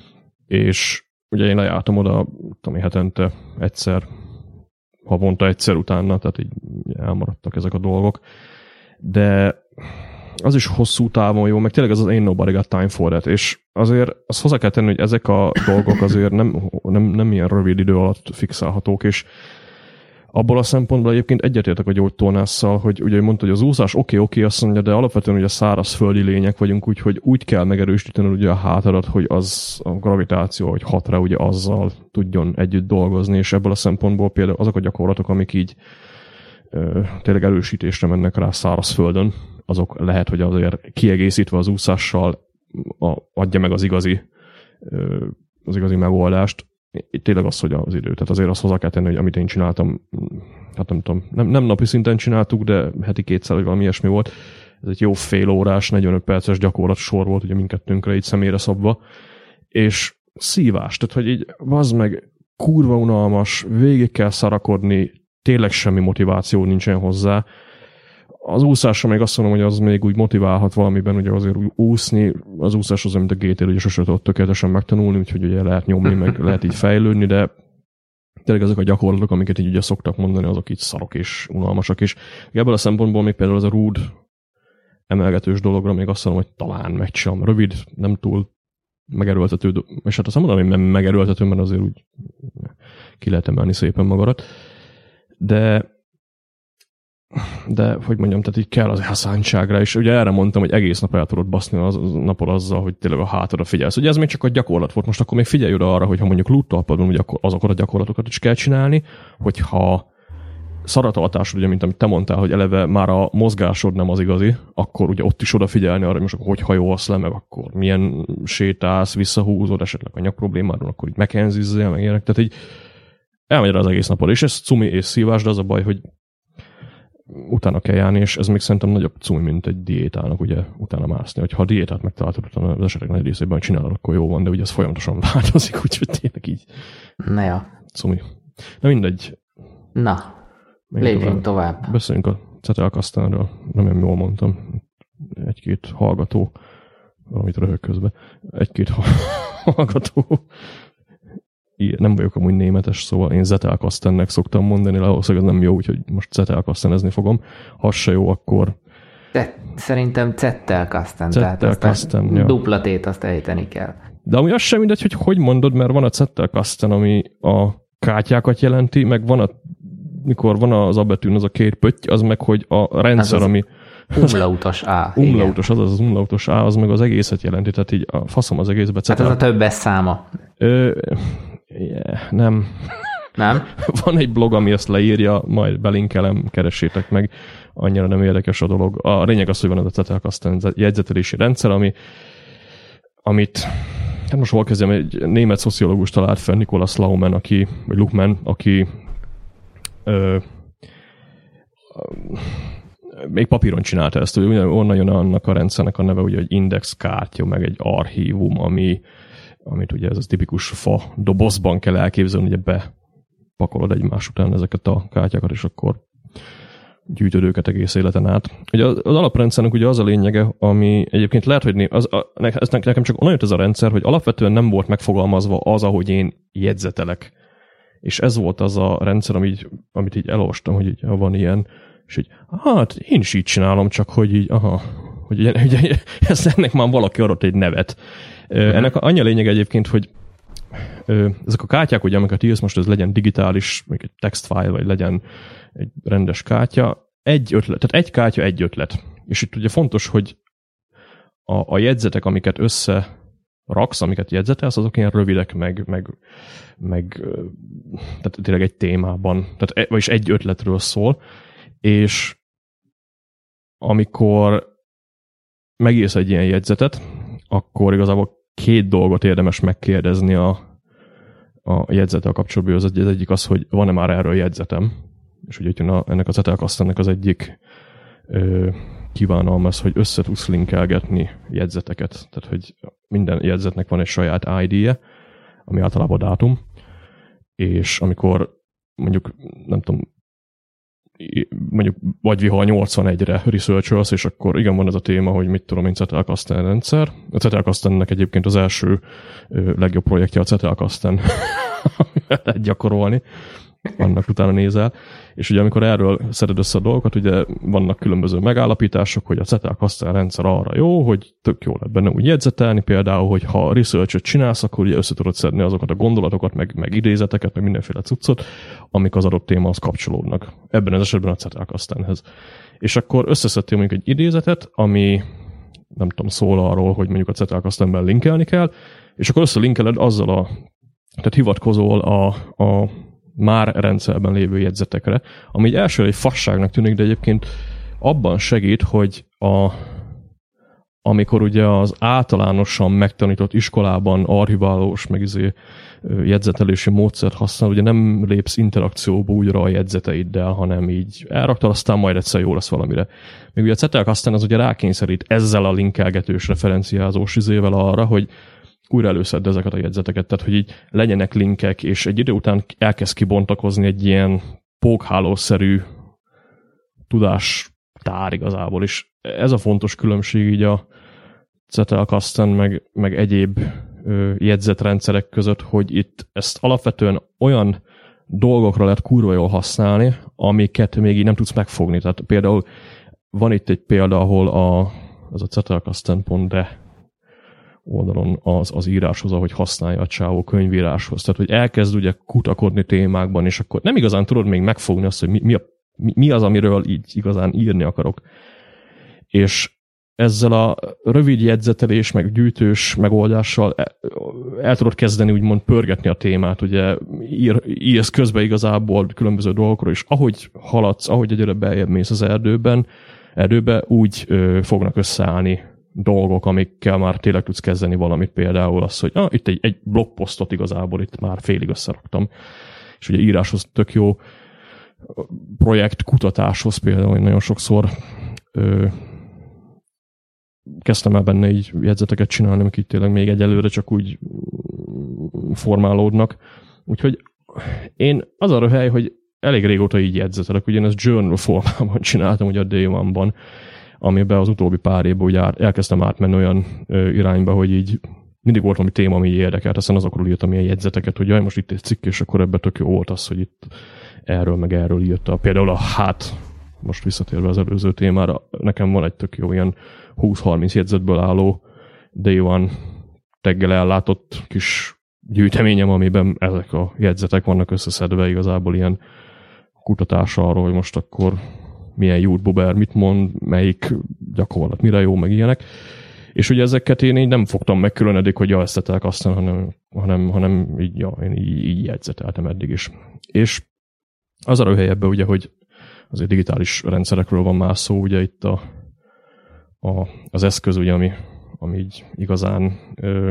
és ugye én lejártam oda, tudom, hetente egyszer, havonta egyszer utána, tehát így elmaradtak ezek a dolgok, de az is hosszú távon jó, meg tényleg ez az ain't nobody got time for that, és azért azt hozzá kell tenni, hogy ezek a dolgok azért nem, nem, nem ilyen rövid idő alatt fixálhatók, és abból a szempontból egyébként egyetértek a gyógytornásszal, hogy ugye mondta, hogy az úszás oké, okay, oké, okay, azt mondja, de alapvetően ugye szárazföldi lények vagyunk, úgyhogy úgy kell megerősíteni ugye a hátadat, hogy az a gravitáció, hogy hat rá, ugye azzal tudjon együtt dolgozni, és ebből a szempontból például azok a gyakorlatok, amik így ö, tényleg erősítésre mennek rá szárazföldön, azok lehet, hogy azért kiegészítve az úszással a, adja meg az igazi, ö, az igazi megoldást. Itt tényleg az, hogy az idő. Tehát azért azt hozzá kell tenni, hogy amit én csináltam, hát nem tudom, nem, nem napi szinten csináltuk, de heti kétszer, vagy valami ilyesmi volt. Ez egy jó fél órás, negyvenöt perces gyakorlat sor volt, ugye mindkettőnkre így személyre szabva. És szívás, tehát hogy így vazd meg, kurva unalmas, végig kell szarakodni, tényleg semmi motiváció nincsen hozzá. Az úszásra még azt mondom, hogy az még úgy motiválhat valamiben, ugye azért úgy úszni, az úszás az, mint a gé té, ugye sose tudott tökéletesen megtanulni, úgyhogy ugye lehet nyomni, meg lehet így fejlődni, de tényleg ezek a gyakorlatok, amiket így ugye szoktak mondani, azok így szarok és unalmasak, és ebből a szempontból még például ez a rúd emelgetős dologra még azt mondom, hogy talán megcsinálom. Rövid, nem túl megerőltető, és hát azt mondom, hogy nem megerőltető, mert azért úgy ki lehet emelni szépen magadat, de de, hogy mondjam, tehát így kell az elszántságra, és ugye erre mondtam, hogy egész nap el tudod baszni az napon azzal, hogy tényleg a hátadra figyelsz. Ugye ez még csak a gyakorlat volt, most akkor még figyelj oda arra, hogyha mondjuk lúttalpadban, ugye azokat a gyakorlatokat is kell csinálni, hogyha szarataltásod, ugye, mint amit te mondtál, hogy eleve már a mozgásod nem az igazi, akkor ugye ott is odafigyelni arra, hogy most hogy hajolsz le, meg akkor milyen sétálsz, visszahúzod, esetleg a nyakproblémádon, akkor így McKenzie-zel, meg ilyenek. Tehát így elmegy az egész napon, és ez cumi és szívás, de az a baj, hogy utána kell járni, és ez még szerintem nagyobb cumi, mint egy diétának, ugye utána mászni. Hogyha a diétát megtaláltad, utána az esetek nagy részében csinálod, akkor jó van, de ugye ez folyamatosan változik, úgyhogy tényleg így. Na ja. Cumi. Na mindegy. Na, még lépjünk tovább. tovább. Beszéljünk a Zettelkastenről. Nem jól mondtam. Egy-két hallgató, valamit röhög közben. Egy-két hallgató. Nem vagyok amúgy németes, szóval én Zettelkastennek szoktam mondani, valószínűleg ez nem jó, úgyhogy most Zettelkastenezni fogom. Ha se jó, akkor... De szerintem Zettelkasten, Zettelkasten, tehát ja. Dupla tét azt ejteni kell. De amúgy az sem mindegy, hogy hogy mondod, mert van a Zettelkasten, ami a kártyákat jelenti, meg van a, mikor van az A betűn, az a két pötty, az meg, hogy a rendszer, az ami... Umlautos A. Umlautos, az az umlautos A, az meg az egészet jelenti, tehát így a faszom az egészbe. Hát ez a többes száma. Ö, yeah, nem. Nem? Van egy blog, ami ezt leírja, majd belinkelem, keressétek meg. Annyira nem érdekes a dolog. A lényeg az, hogy van ez a Zettelkasten jegyzetelési rendszer, ami, amit, hát most hol kezdjem, egy német szociológus talált fel, Nikolaus Laumann, aki, vagy Luhmann, aki ö, még papíron csinálta ezt, hogy onnan jön annak a rendszernek a neve, ugye egy indexkártya, meg egy archívum, ami, amit ugye ez az tipikus fa dobozban kell elképzelni, ugye bepakolod egymás után ezeket a kártyákat, és akkor gyűjtöd őket egész életen át. Ugye az alaprendszernek ugye az a lényege, ami egyébként lehet, hogy az, a, nekem csak onnan jött ez a rendszer, hogy alapvetően nem volt megfogalmazva az, ahogy én jegyzetelek. És ez volt az a rendszer, amit, amit így elolvastam, hogy így, van ilyen, és így, hát én is így csinálom, csak hogy így, aha, hogy ugye, ugye ezt ennek már valaki adott egy nevet. Uh-huh. Ennek annyi a lényeg egyébként, hogy ezek a kártyák, ugye, amiket írsz, most ez legyen digitális, még egy textfile, vagy legyen egy rendes kártya, egy ötlet, tehát egy kártya, egy ötlet. És itt ugye fontos, hogy a, a jegyzetek, amiket össze raksz, amiket jegyzetelsz, azok ilyen rövidek, meg, meg, meg tehát tényleg egy témában, tehát, vagyis egy ötletről szól, és amikor megírsz egy ilyen jegyzetet, akkor igazából két dolgot érdemes megkérdezni a, a jegyzettel kapcsolatban. Az, az egyik az, hogy van-e már erről jegyzetem, és ugye jön a, ennek az Zettelkastennek az egyik ö, kívánalma az, hogy össze tudsz linkelgetni jegyzeteket. Tehát, hogy minden jegyzetnek van egy saját í dé-je, ami általában dátum, és amikor mondjuk, nem tudom, mondjuk vagy Vihar nyolcvanegyre researcholsz, és akkor igen, van ez a téma, hogy mit tudom én, Zettelkasten rendszer. A Zettelkastennek egyébként az első ö, legjobb projektje a Zettelkasten lehet gyakorolni, annak utána nézel. És ugye amikor erről szeded össze a dolgokat, ugye vannak különböző megállapítások, hogy a Zettelkasten rendszer arra jó, hogy tök jó lehet benne úgy jegyzetelni, például, hogy ha research-öt csinálsz, akkor ugye össze tudod szedni azokat a gondolatokat, meg, meg idézeteket, meg mindenféle cuccot, amik az adott témához kapcsolódnak. Ebben az esetben a Zettelkastenhez. És akkor összeszedtél mondjuk egy idézetet, ami nem tudom, szól arról, hogy mondjuk a Zettelkastenben linkelni kell, és akkor összelinkeled azzal a, tehát hivatkozol a, a már rendszerben lévő jegyzetekre, ami így elsőre egy fasságnak tűnik, de egyébként abban segít, hogy a, amikor ugye az általánosan megtanított iskolában archiválós, meg izé jegyzetelési módszert használ, ugye nem lépsz interakcióba újra a jegyzeteiddel, hanem így elraktad, aztán majd egyszer jó lesz valamire. Még ugye a Zettelkasten az ugye rákényszerít ezzel a linkelgetős, referenciázós izével arra, hogy újra előszedd ezeket a jegyzeteket, tehát hogy így legyenek linkek, és egy idő után elkezd kibontakozni egy ilyen pókhálószerű tudástár igazából, és ez a fontos különbség így a Zettelkasten meg, meg egyéb ö, jegyzetrendszerek között, hogy itt ezt alapvetően olyan dolgokra lehet kurva jól használni, amiket még így nem tudsz megfogni. Tehát például van itt egy példa, ahol a, az a zettelkasten pont de oldalon az, az íráshoz, ahogy használja a csávó könyvíráshoz. Tehát, hogy elkezd ugye kutakodni témákban, és akkor nem igazán tudod még megfogni azt, hogy mi, mi, a, mi, mi az, amiről így igazán írni akarok. És ezzel a rövid jegyzetelés, meg gyűjtős megoldással el, el tudod kezdeni úgymond pörgetni a témát, ugye ír, írsz közben igazából különböző dolgokról, és ahogy haladsz, ahogy egyre beljebb mész az erdőben, erdőbe, úgy ö, fognak összeállni dolgok, amikkel már tényleg tudsz kezdeni valamit, például az, hogy ah, itt egy, egy blogposztot igazából itt már félig összeraktam. És ugye íráshoz tök jó, projekt kutatáshoz például, nagyon sokszor ö, kezdtem el benne így jegyzeteket csinálni, amik itt tényleg még egyelőre csak úgy formálódnak. Úgyhogy én az a röhely, hogy elég régóta így jegyzetelek, ugye én ezt journal formában csináltam, ugye a Day One-ban, amiben az utóbbi pár évben ugye elkezdtem átmenni olyan ö, irányba, hogy így mindig volt valami téma, ami érdekelt, aztán azokról írtam ilyen jegyzeteket, hogy jaj, most itt egy cikk, és akkor ebben tök jó volt az, hogy itt erről meg erről írta. Például a hát, most visszatérve az előző témára, nekem van egy tök jó ilyen húsz-harminc jegyzetből álló Day One taggel ellátott kis gyűjteményem, amiben ezek a jegyzetek vannak összeszedve, igazából ilyen kutatás arról, hogy most akkor milyen youtuber mit mond, melyik gyakorlat mire jó, meg ilyenek. És ugye ezeket én így nem fogtam meg külön eddig, hogy ja, ezt tettek aztán, hanem, hanem, hanem így, ja, én így, így jegyzeteltem eddig is. És az a röhely ebben ugye, hogy azért digitális rendszerekről van már szó, ugye itt a, a, az eszköz, ugye, ami, ami így igazán ö,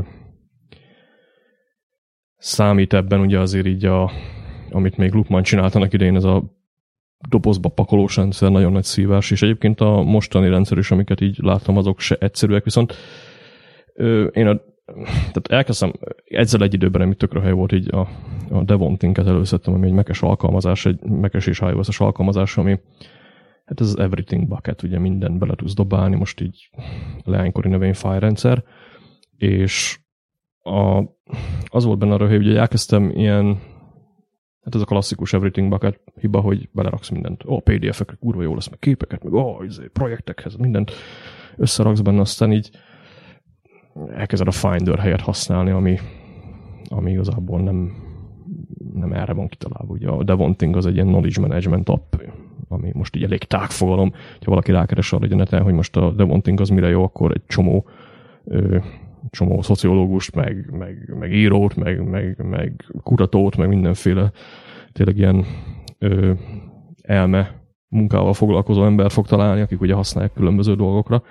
számít ebben, ugye azért így a, amit még Loopman csináltanak idején, ez a dobozba pakolós rendszer, nagyon nagy szívás, és egyébként a mostani rendszer is, amiket így láttam, azok se egyszerűek, viszont ö, én a, tehát elkezdtem, ezzel egy időben, ami tökre hely volt, így a, a Devontinket előszedtem, ami egy Mac-es alkalmazás, egy Mac-es és iOS-es alkalmazás, ami hát ez az Everything Bucket, ugye mindent bele tudsz dobálni, most így leánykori növény fájlrendszer, és a, az volt benne arra, hogy ugye elkezdtem ilyen, hát ez a klasszikus Everything Bucket hiba, hogy beleraksz mindent. Ó, pé dé ef-ekre kurva jó lesz, meg képeket, meg ó, izé, projektekhez, mindent összeraksz benne, aztán így elkezded a Finder helyet használni, ami, ami igazából nem, nem erre van kitalálva. Ugye a Devonting az egy ilyen knowledge management app, ami most így elég tágfogalom. Ha valaki rákeres arra a neten, hogy most a Devonting az mire jó, akkor egy csomó ö, csomó szociológust, meg, meg, meg írót, meg, meg, meg kutatót, meg mindenféle tényleg ilyen ö, elme munkával foglalkozó ember fog találni, akik ugye használják különböző dolgokra.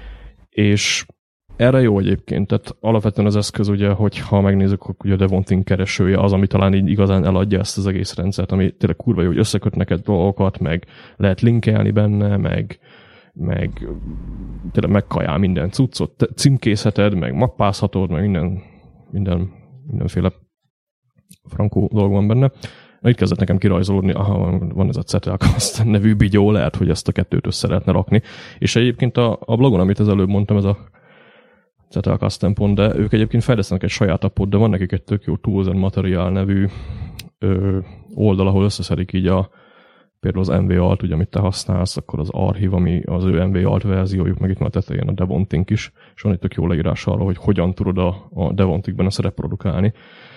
És erre jó egyébként, tehát alapvetően az eszköz, ugye, hogyha megnézzük, hogy ugye a Devontin keresője az, ami talán így igazán eladja ezt az egész rendszert, ami tényleg kurva jó, hogy összeköt neked dolgokat, meg lehet linkelni benne, meg, meg tényleg megkajál minden cuccot, címkészheted, meg mappázhatod, meg minden, minden, mindenféle frankó dolog van benne. Na, itt kezdett nekem kirajzolódni, aha, van, van ez a Zettelkasten nevű bigyó, lehet, hogy ezt a kettőt össze lehetne rakni. És egyébként a, a blogon, amit az előbb mondtam, ez a Zettelkasten pont, de ők egyébként fejlesztenek egy saját appot, de van nekik egy tök jó Tools and Material nevű ö, oldal, ahol összeszedik így a például az em vé Alt, ugye, amit te használsz, akkor az Archive, ami az ő em vé Alt verziójuk, meg itt már tetején a Devontink is, és van egy tök jó leírás arra, hogy hogyan tudod a, a Devontinkben ezt reprodukálni.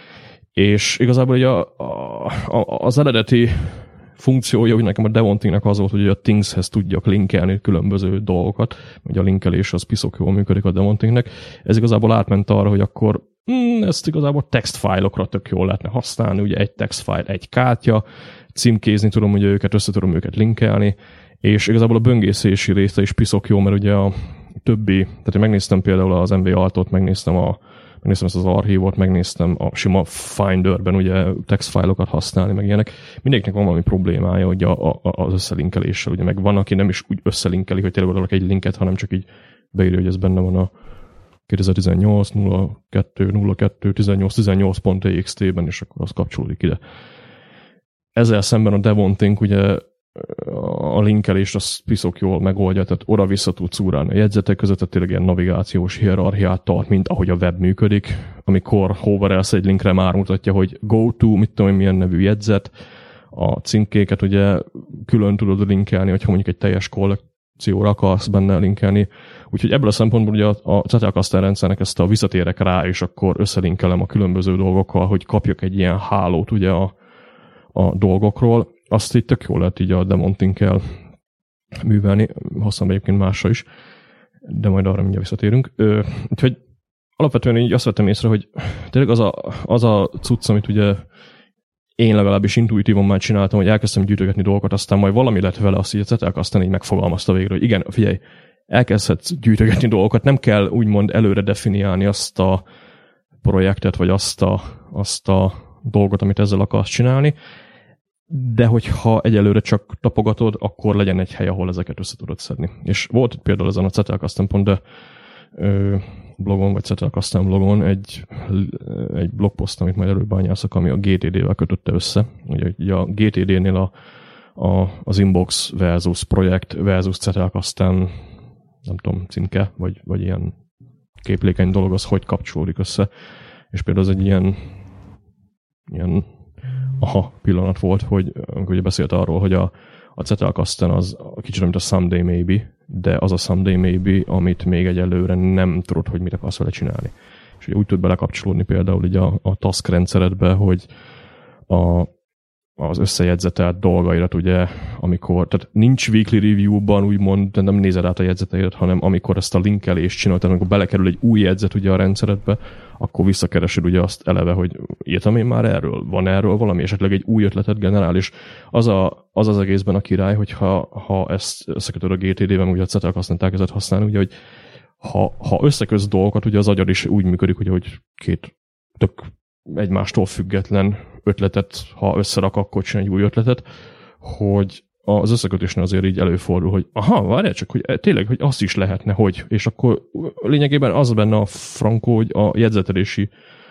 És igazából ugye a, a, a, az eredeti funkciója, hogy nekem a Devontinknek az volt, hogy a Thingshez tudjak linkelni különböző dolgokat, ugye a linkelés az piszok jól működik a Devontinknek. Ez igazából átment arra, hogy akkor hmm, ezt igazából textfájlokra tök jól lehetne használni, ugye egy textfájl, egy kártya, címkézni tudom ugye őket, össze tudom őket linkelni, és igazából a böngészési része is piszok jó, mert ugye a többi, tehát én megnéztem például az em vé Altot, megnéztem a megnéztem ezt az archívot, megnéztem a sima Finderben ugye textfájlokat használni, meg ilyenek. Mindegyiknek van valami problémája ugye a, a, az összelinkeléssel, ugye meg van, aki nem is úgy összelinkeli, hogy tényleg adok egy linket, hanem csak így beírja, hogy ez benne van a kétezer-tizennyolc nulla kettő nulla kettő tizennyolc tizennyolc pont té iksz té-ben, és akkor az kapcsolódik ide. Ezzel szemben a Devontink ugye a linkelést az piszok jól megoldja, tehát oda-vissza tudsz úrálni a jegyzetek között, tehát tényleg ilyen navigációs hierarchiát tart, mint ahogy a web működik. Amikor hoverelsz egy linkre, már mutatja, hogy go to, mit tudom, milyen nevű jegyzet, a címkéket ugye külön tudod linkelni, hogyha mondjuk egy teljes kollekcióra akarsz benne linkelni. Úgyhogy ebből a szempontból ugye a Zettelkasten rendszernek ezt a visszatérek rá, és akkor összelinkelem a különböző dolgokkal, hogy kapjak egy ilyen hálót ugye a, a dolgokról. Azt így tök jól lehet így a Demontinkkel művelni, használom egyébként másra is, de majd arra mindjárt visszatérünk. Ö, úgyhogy alapvetően így azt vettem észre, hogy tényleg az a, az a cucc, amit ugye én legalábbis intuitívan már csináltam, hogy elkezdtem gyűjtögetni dolgokat, aztán majd valami lett vele, azt így a Zettelkasten így megfogalmazta végre, hogy igen, figyelj, elkezdhetsz gyűjtögetni dolgokat, nem kell úgymond előre definiálni azt a projektet, vagy azt a, azt a dolgot, amit ezzel akarsz csinálni, de hogyha egyelőre csak tapogatod, akkor legyen egy hely, ahol ezeket össze tudod szedni. És volt például ezen a Zettelkasten pont, de ö, blogon, vagy Zettelkasten blogon egy, egy blogpost, amit majd előbányászok, ami a gé té dé-vel kötötte össze. Ugye, ugye a gé té dé-nél a, a, az Inbox versus projekt versus Zettelkasten, nem tudom, címke, vagy, vagy ilyen képlékeny dolog, az hogy kapcsolódik össze. És például az egy ilyen ilyen aha pillanat volt, hogy amikor ugye beszélt arról, hogy a, a Zettelkasten az kicsit, mint a Someday Maybe, de az a Someday Maybe, amit még egyelőre nem tudod, hogy mit akarsz vele csinálni. És ugye úgy tud belekapcsolódni például így a, a task rendszeredbe, hogy a, az összejegyzetelt dolgairat ugye, amikor, tehát nincs weekly review-ban úgymond, de nem nézed át a jegyzeteidet, hanem amikor ezt a linkelést csinálod, amikor belekerül egy új jegyzet ugye a rendszeredbe, akkor visszakeresed ugye azt eleve, hogy írtam én már erről, van erről valami, esetleg egy új ötletet generál, és az a, az, az egészben a király, hogyha ha ezt összekötöd a gé té dé-ben, ugye a Zettelkastent elkezdett használni, ugye, hogy ha, ha összeköz dolgokat, ugye az agyad is úgy működik, ugye, hogy két tök egymástól független ötletet, ha összerak, akkor csinálj egy új ötletet, hogy az összekötésnél azért így előfordul, hogy aha, várjál csak, hogy tényleg, hogy azt is lehetne, hogy, és akkor lényegében az benne a frankó, hogy a jegyzetelési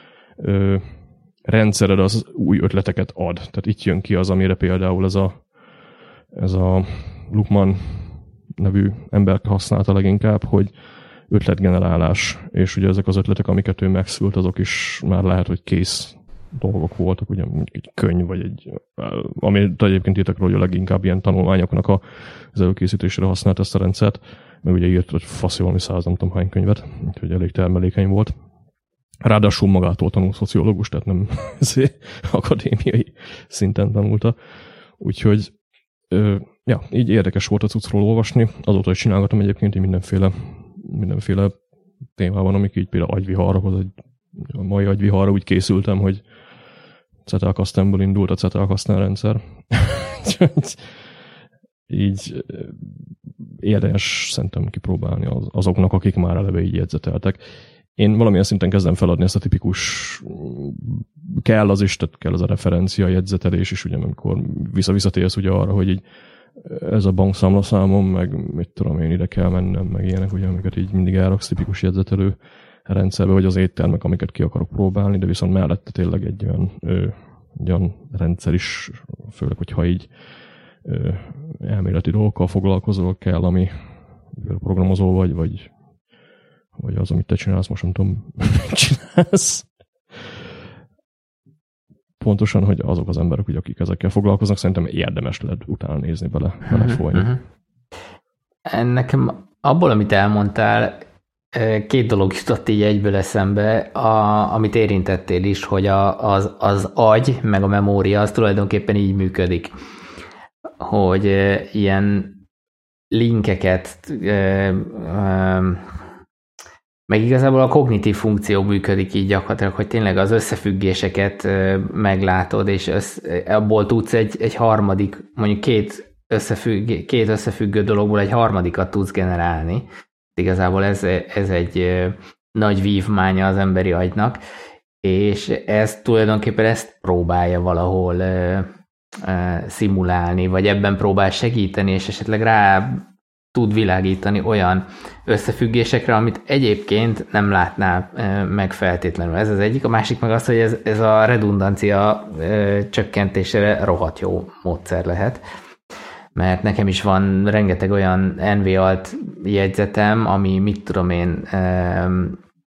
ö, rendszered az új ötleteket ad. Tehát itt jön ki az, amire például ez a, ez a Lukman nevű ember használta leginkább, hogy ötletgenerálás, és ugye ezek az ötletek, amiket ő megszült, azok is már lehet, hogy kész dolgok voltak, ugye egy könyv, vagy egy, ami egyébként írtak róla, hogy a leginkább ilyen tanulmányoknak az előkészítésére használt ezt a rendszert, meg ugye írt, hogy faszi valami száz, nem tudom hány könyvet, úgyhogy elég termelékeny volt. Ráadásul magától tanul szociológus, tehát nem akadémiai szinten tanulta. Úgyhogy ja, így érdekes volt a cuccról olvasni. Azóta is csinálgatom egyébként így mindenféle, mindenféle témában, amik így például agyviharhoz, egy, a mai agyviharra úgy készültem, hogy Zettelkastenből indult a Zettelkasten rendszer. Így érdemes szerintem kipróbálni az, azoknak, akik már eleve így jegyzeteltek. Én valamilyen szinten kezdem feladni ezt a tipikus, kell az is, tehát kell az a referencia jegyzetelés is, ugye, amikor vissza-visszatérsz ugye arra, hogy így ez a bankszámlaszámom, meg mit tudom én, ide kell mennem, meg ilyenek, ugye, amiket így mindig elraksz tipikus jegyzetelő rendszerbe, vagy az éttermek, amiket ki akarok próbálni, de viszont mellette tényleg egy olyan, ö, egy olyan rendszer is, főleg, hogyha így ö, elméleti dolgokkal foglalkozol, kell, ami programozó vagy, vagy, vagy az, amit te csinálsz, most nem tudom, mit csinálsz. Pontosan, hogy azok az emberek, ugye, akik ezekkel foglalkoznak, szerintem érdemes lehet utána nézni bele, bele folyni. Uh-huh. Nekem abból, amit elmondtál, két dolog jutott így egyből eszembe, a, amit érintettél is, hogy a, az, az agy, meg a memória, az tulajdonképpen így működik, hogy ilyen linkeket, meg igazából a kognitív funkció működik így gyakorlatilag, hogy tényleg az összefüggéseket meglátod, és össz, abból tudsz egy, egy harmadik, mondjuk két, összefügg, két összefüggő dologból egy harmadikat tudsz generálni. Igazából ez, ez egy nagy vívmánya az emberi agynak, és ez tulajdonképpen ezt próbálja valahol uh, uh, szimulálni, vagy ebben próbál segíteni, és esetleg rá tud világítani olyan összefüggésekre, amit egyébként nem látná uh, meg feltétlenül. Ez az egyik. A másik meg az, hogy ez, ez a redundancia uh, csökkentésére rohadt jó módszer lehet. Mert nekem is van rengeteg olyan en vé alt jegyzetem, ami mit tudom én um,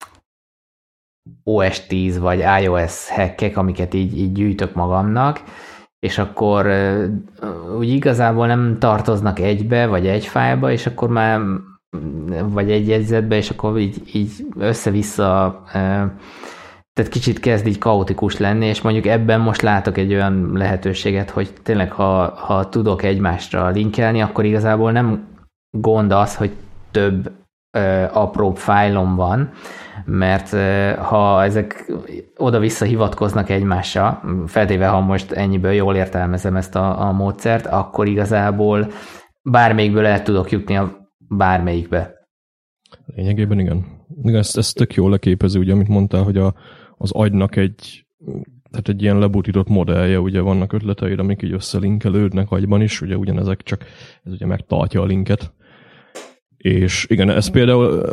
o es tíz vagy iOS hackek, amiket így, így gyűjtök magamnak, és akkor uh, úgy igazából nem tartoznak egybe, vagy egy fájlba, és akkor már vagy egy jegyzetbe, és akkor így, így össze-vissza uh, tehát kicsit kezd így kaotikus lenni, és mondjuk ebben most látok egy olyan lehetőséget, hogy tényleg ha, ha tudok egymásra linkelni, akkor igazából nem gond az, hogy több ö, apróbb fájlom van, mert ö, ha ezek oda-vissza hivatkoznak egymásra, feltéve ha most ennyiből jól értelmezem ezt a, a módszert, akkor igazából bármelyikből el tudok jutni a bármelyikbe. Lényegében igen. igen ez, ez tök jól leképező, ugye, amit mondtál, hogy a az agynak egy, tehát egy ilyen lebutított modellje, ugye vannak ötleteid, amik így összelinkelődnek agyban is, ugye ugyanezek, csak ez ugye megtartja a linket. És igen, ez például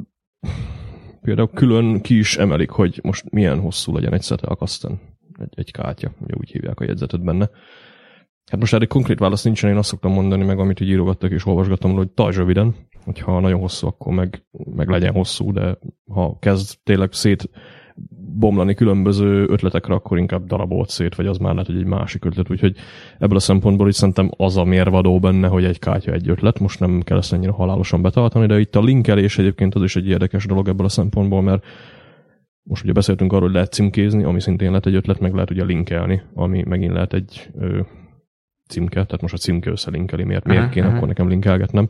például külön ki is emelik, hogy most milyen hosszú legyen egy Zettelkasten, egy, egy kártya, ugye úgy hívják a jegyzetet benne. Hát most erre konkrét válasz nincsen, én azt szoktam mondani, meg amit így írogattak és olvasgattam, hogy tartsd röviden, hogyha nagyon hosszú, akkor meg, meg legyen hosszú, de ha kezd tényleg szét bomlani különböző ötletekre, akkor inkább darabolt szét, vagy az már lehet, hogy egy másik ötlet. Úgyhogy ebből a szempontból itt szerintem az a mérvadó benne, hogy egy kártya egy ötlet, most nem kell ezt ennyire halálosan betartani, de itt a linkelés egyébként az is egy érdekes dolog ebből a szempontból, mert most ugye beszéltünk arról, hogy lehet címkézni, ami szintén lehet egy ötlet, meg lehet ugye linkelni, ami megint lehet egy ö, címke, tehát most a címke összelinkeli, miért, miért kéne akkor nekem linkelgetnem.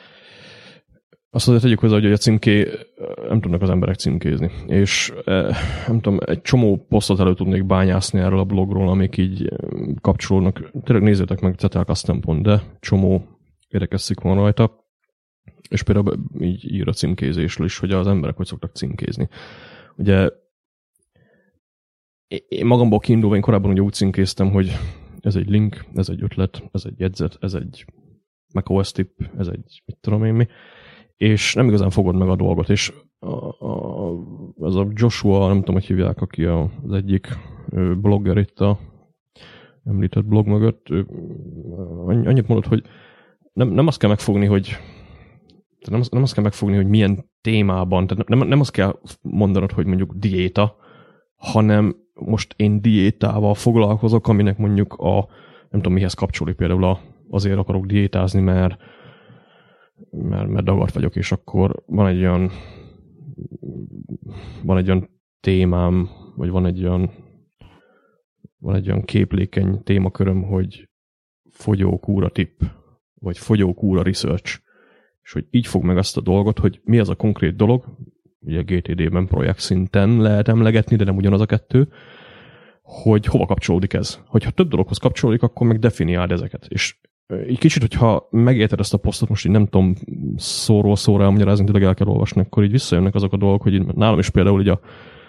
Azt azért tegyük hozzá, hogy a címké, nem tudnak az emberek címkézni. És nem tudom, egy csomó posztot elő tudnék bányászni erről a blogról, amik így kapcsolódnak. Tényleg nézzétek meg zettelkasten pont de, csomó érdekes cikk van rajta. És például így ír a címkézésről is, hogy az emberek hogy szoktak címkézni. Ugye én magamból kiindulva, én korábban ugye úgy címkéztem, hogy ez egy link, ez egy ötlet, ez egy jegyzet, ez egy macOS tip, ez egy mit tudom én mi. És nem igazán fogod meg a dolgot, és a, a, az a Joshua, nem tudom, hogy hívják, aki az egyik blogger itt a említett blog mögött, annyit mondott, hogy nem, nem azt kell megfogni, hogy nem, nem azt kell megfogni, hogy milyen témában, tehát nem, nem azt kell mondanod, hogy mondjuk diéta, hanem most én diétával foglalkozok, aminek mondjuk a, nem tudom mihez kapcsolódik, például a, azért akarok diétázni, mert mert, mert dagart vagyok, és akkor van egy olyan van egy olyan témám, vagy van egy olyan van egy olyan képlékeny témaköröm, hogy fogyókúra tipp, vagy fogyókúra research, és hogy így fog meg azt a dolgot, hogy mi az a konkrét dolog, ugye gé té dé-ben projekt szinten lehet emlegetni, de nem ugyanaz a kettő, hogy hova kapcsolódik ez. Hogyha több dologhoz kapcsolódik, akkor meg definiáld ezeket. És egy kicsit, hogyha megérted ezt a posztot, most így nem tudom szóról szóra elmagyarázni, tényleg el kell olvasni, akkor így visszajönnek azok a dolgok, hogy nálam is például így a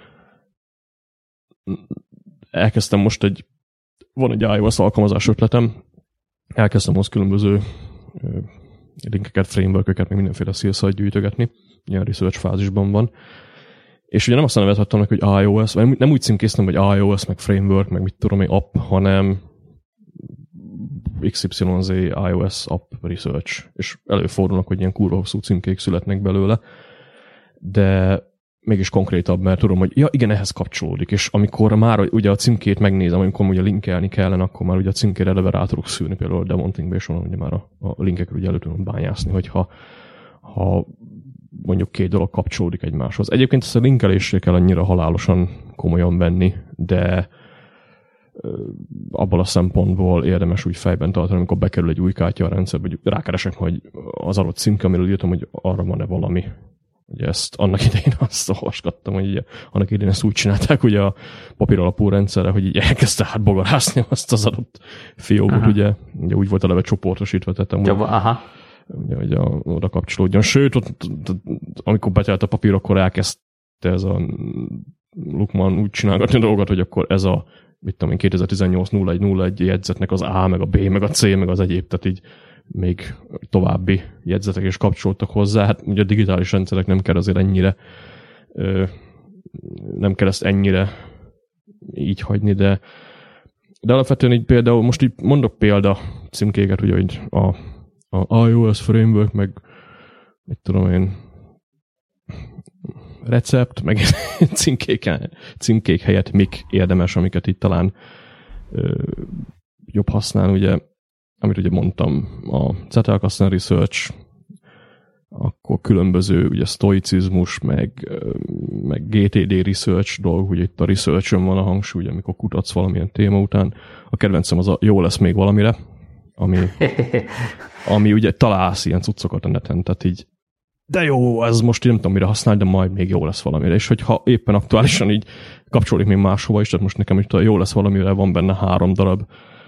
elkezdtem most egy van egy iOS alkalmazás ötletem, elkezdtem most különböző linkeket, frameworköket, meg mindenféle szélszalt gyűjtögetni, ilyen research fázisban van. És ugye nem azt nevezhettem neki, hogy iOS, vagy nem úgy címkéztem, hogy iOS, meg framework, meg mit tudom, egy app, hanem iksz ipszilon zé iOS app research. És előfordulnak, hogy ilyen kurva hosszú címkék születnek belőle, de mégis konkrétabb, mert tudom, hogy ja, igen, ehhez kapcsolódik, és amikor már ugye a címkét megnézem, amikor ugye linkelni kellene, akkor már ugye a címkére eleve rá tudok szűrni, például a demontingbe is van, ugye már a, a linkekről ugye elő tudom bányászni, hogyha ha mondjuk két dolog kapcsolódik egymáshoz. Egyébként ezt a linkelésre kell annyira halálosan komolyan venni, de abban a szempontból érdemes úgy fejben tartani, amikor bekerül egy új kártya a rendszerbe, hogy rákeresek, hogy az adott címke, amiről írtam, hogy arra van-e valami. Ugye ezt annak idején azt olvasgattam, hogy ugye, annak idején ezt úgy csinálták, ugye a papír alapú rendszerre, hogy így elkezdte átbogarászni azt az adott fiókot, ugye, ugye úgy volt eleve csoportosítva, tehát amúgy, aha. Ugye, hogy a, oda kapcsolódjon. Sőt, ott, amikor betelt a papír, akkor elkezdte ez a Lukman úgy csinálgatni a dolgot, hogy akkor ez a mit tudom én, kétezer-tizennyolc nulla egy nulla egy jegyzetnek az A, meg a B, meg a C, meg az egyéb, tehát így még további jegyzetek is kapcsoltak hozzá. Hát ugye a digitális rendszerek nem kell azért ennyire nem kell ezt ennyire így hagyni, de, de alapvetően így például, most így mondok példa címkéket, ugye, hogy a, a iOS framework, meg mit tudom én, recept, meg címkék, címkék helyett mik érdemes, amiket itt talán ö, jobb használni, ugye, amit ugye mondtam, a Zettel Kasten Research, akkor különböző ugye stoicizmus, meg, meg gé té dé Research dolgok, ugye itt a research-ön van a hangsúly, amikor kutatsz valamilyen téma után. A kedvencem az a jó lesz még valamire, ami, ami ugye találsz ilyen cuccokat a neten, tehát így de jó, ez most nem tudom, mire használni, de majd még jó lesz valamire. És hogyha éppen aktuálisan így kapcsolódik még máshova is, tehát most nekem itt jó lesz valamire, van benne három darab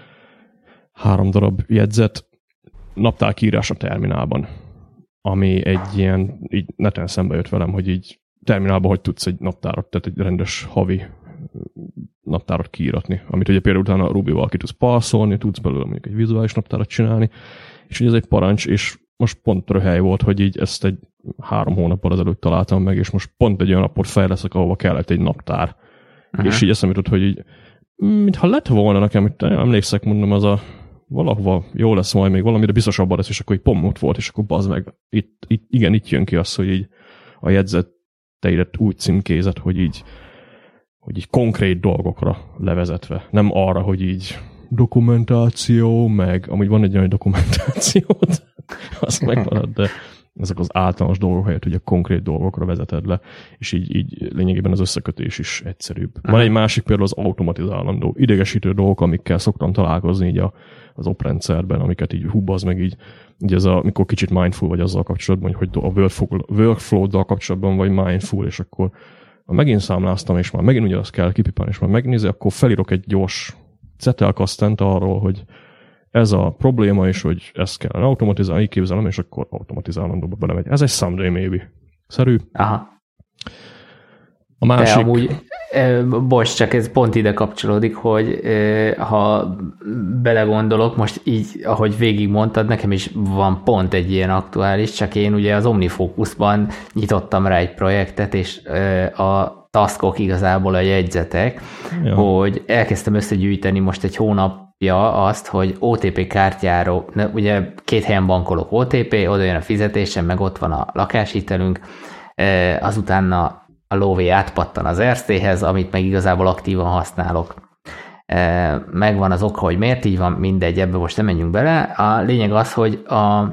három darab jegyzet, naptárkiírás a terminálban, ami egy ilyen, így neten szembe jött velem, hogy így terminálban hogy tudsz egy naptárat, tehát egy rendes havi naptárat kiíratni, amit ugye például utána a Rubyval ki tudsz parszolni, tudsz belőle mondjuk egy vizuális naptárat csinálni, és ugye ez egy parancs, és most pont röhely volt, hogy így ezt egy három hónappal ezelőtt találtam meg, és most pont egy olyan appot fejleszek, ahova kellett egy naptár. Aha. És így eszembe jutott, hogy így, mintha lett volna nekem, itt emlékszek, mondom, az a valahova jó lesz majd még valami, de biztos abban lesz, és akkor így pont ott volt, és akkor bazd meg, itt, itt, igen, itt jön ki az, hogy így a jegyzeteidet úgy címkézett, hogy így, hogy így konkrét dolgokra levezetve. Nem arra, hogy így dokumentáció, meg amúgy van egy olyan dokumentációt, az megmarad, de ezek az általános dolgok helyett ugye konkrét dolgokra vezeted le, és így, így lényegében az összekötés is egyszerűbb. Van egy másik például az automatizálandó, idegesítő dolgok, amikkel szoktam találkozni így a, az oprendszerben, amiket így hubbaz meg így, így ez a, mikor kicsit mindful vagy azzal kapcsolatban, hogy a workflow-dal kapcsolatban vagy mindful, és akkor ha megint számláztam, és már megint ugyanazt kell kipipálni, és már megnézi, akkor felírok egy gyors Zettel Kastent arról, hogy ez a probléma is, hogy ezt kellene automatizálni, így képzelem, és akkor automatizálandóba belemegy. Ez egy someday maybe. Szerű? Aha. A másik... De amúgy, e, bocs, csak ez pont ide kapcsolódik, hogy e, ha belegondolok, most így, ahogy végig mondtad, nekem is van pont egy ilyen aktuális, csak én ugye az OmniFocusban nyitottam rá egy projektet, és e, a taskok igazából a jegyzetek, ja. Hogy elkezdtem összegyűjteni most egy hónapja azt, hogy o té pé kártyáról, ugye két helyen bankolok o té pé, oda jön a fizetésem, meg ott van a lakáshitelünk, azután a lóvé átpattan az Erztéhez, amit meg igazából aktívan használok. Megvan az oka, hogy miért így van, mindegy, ebbe most nem menjünk bele. A lényeg az, hogy a, a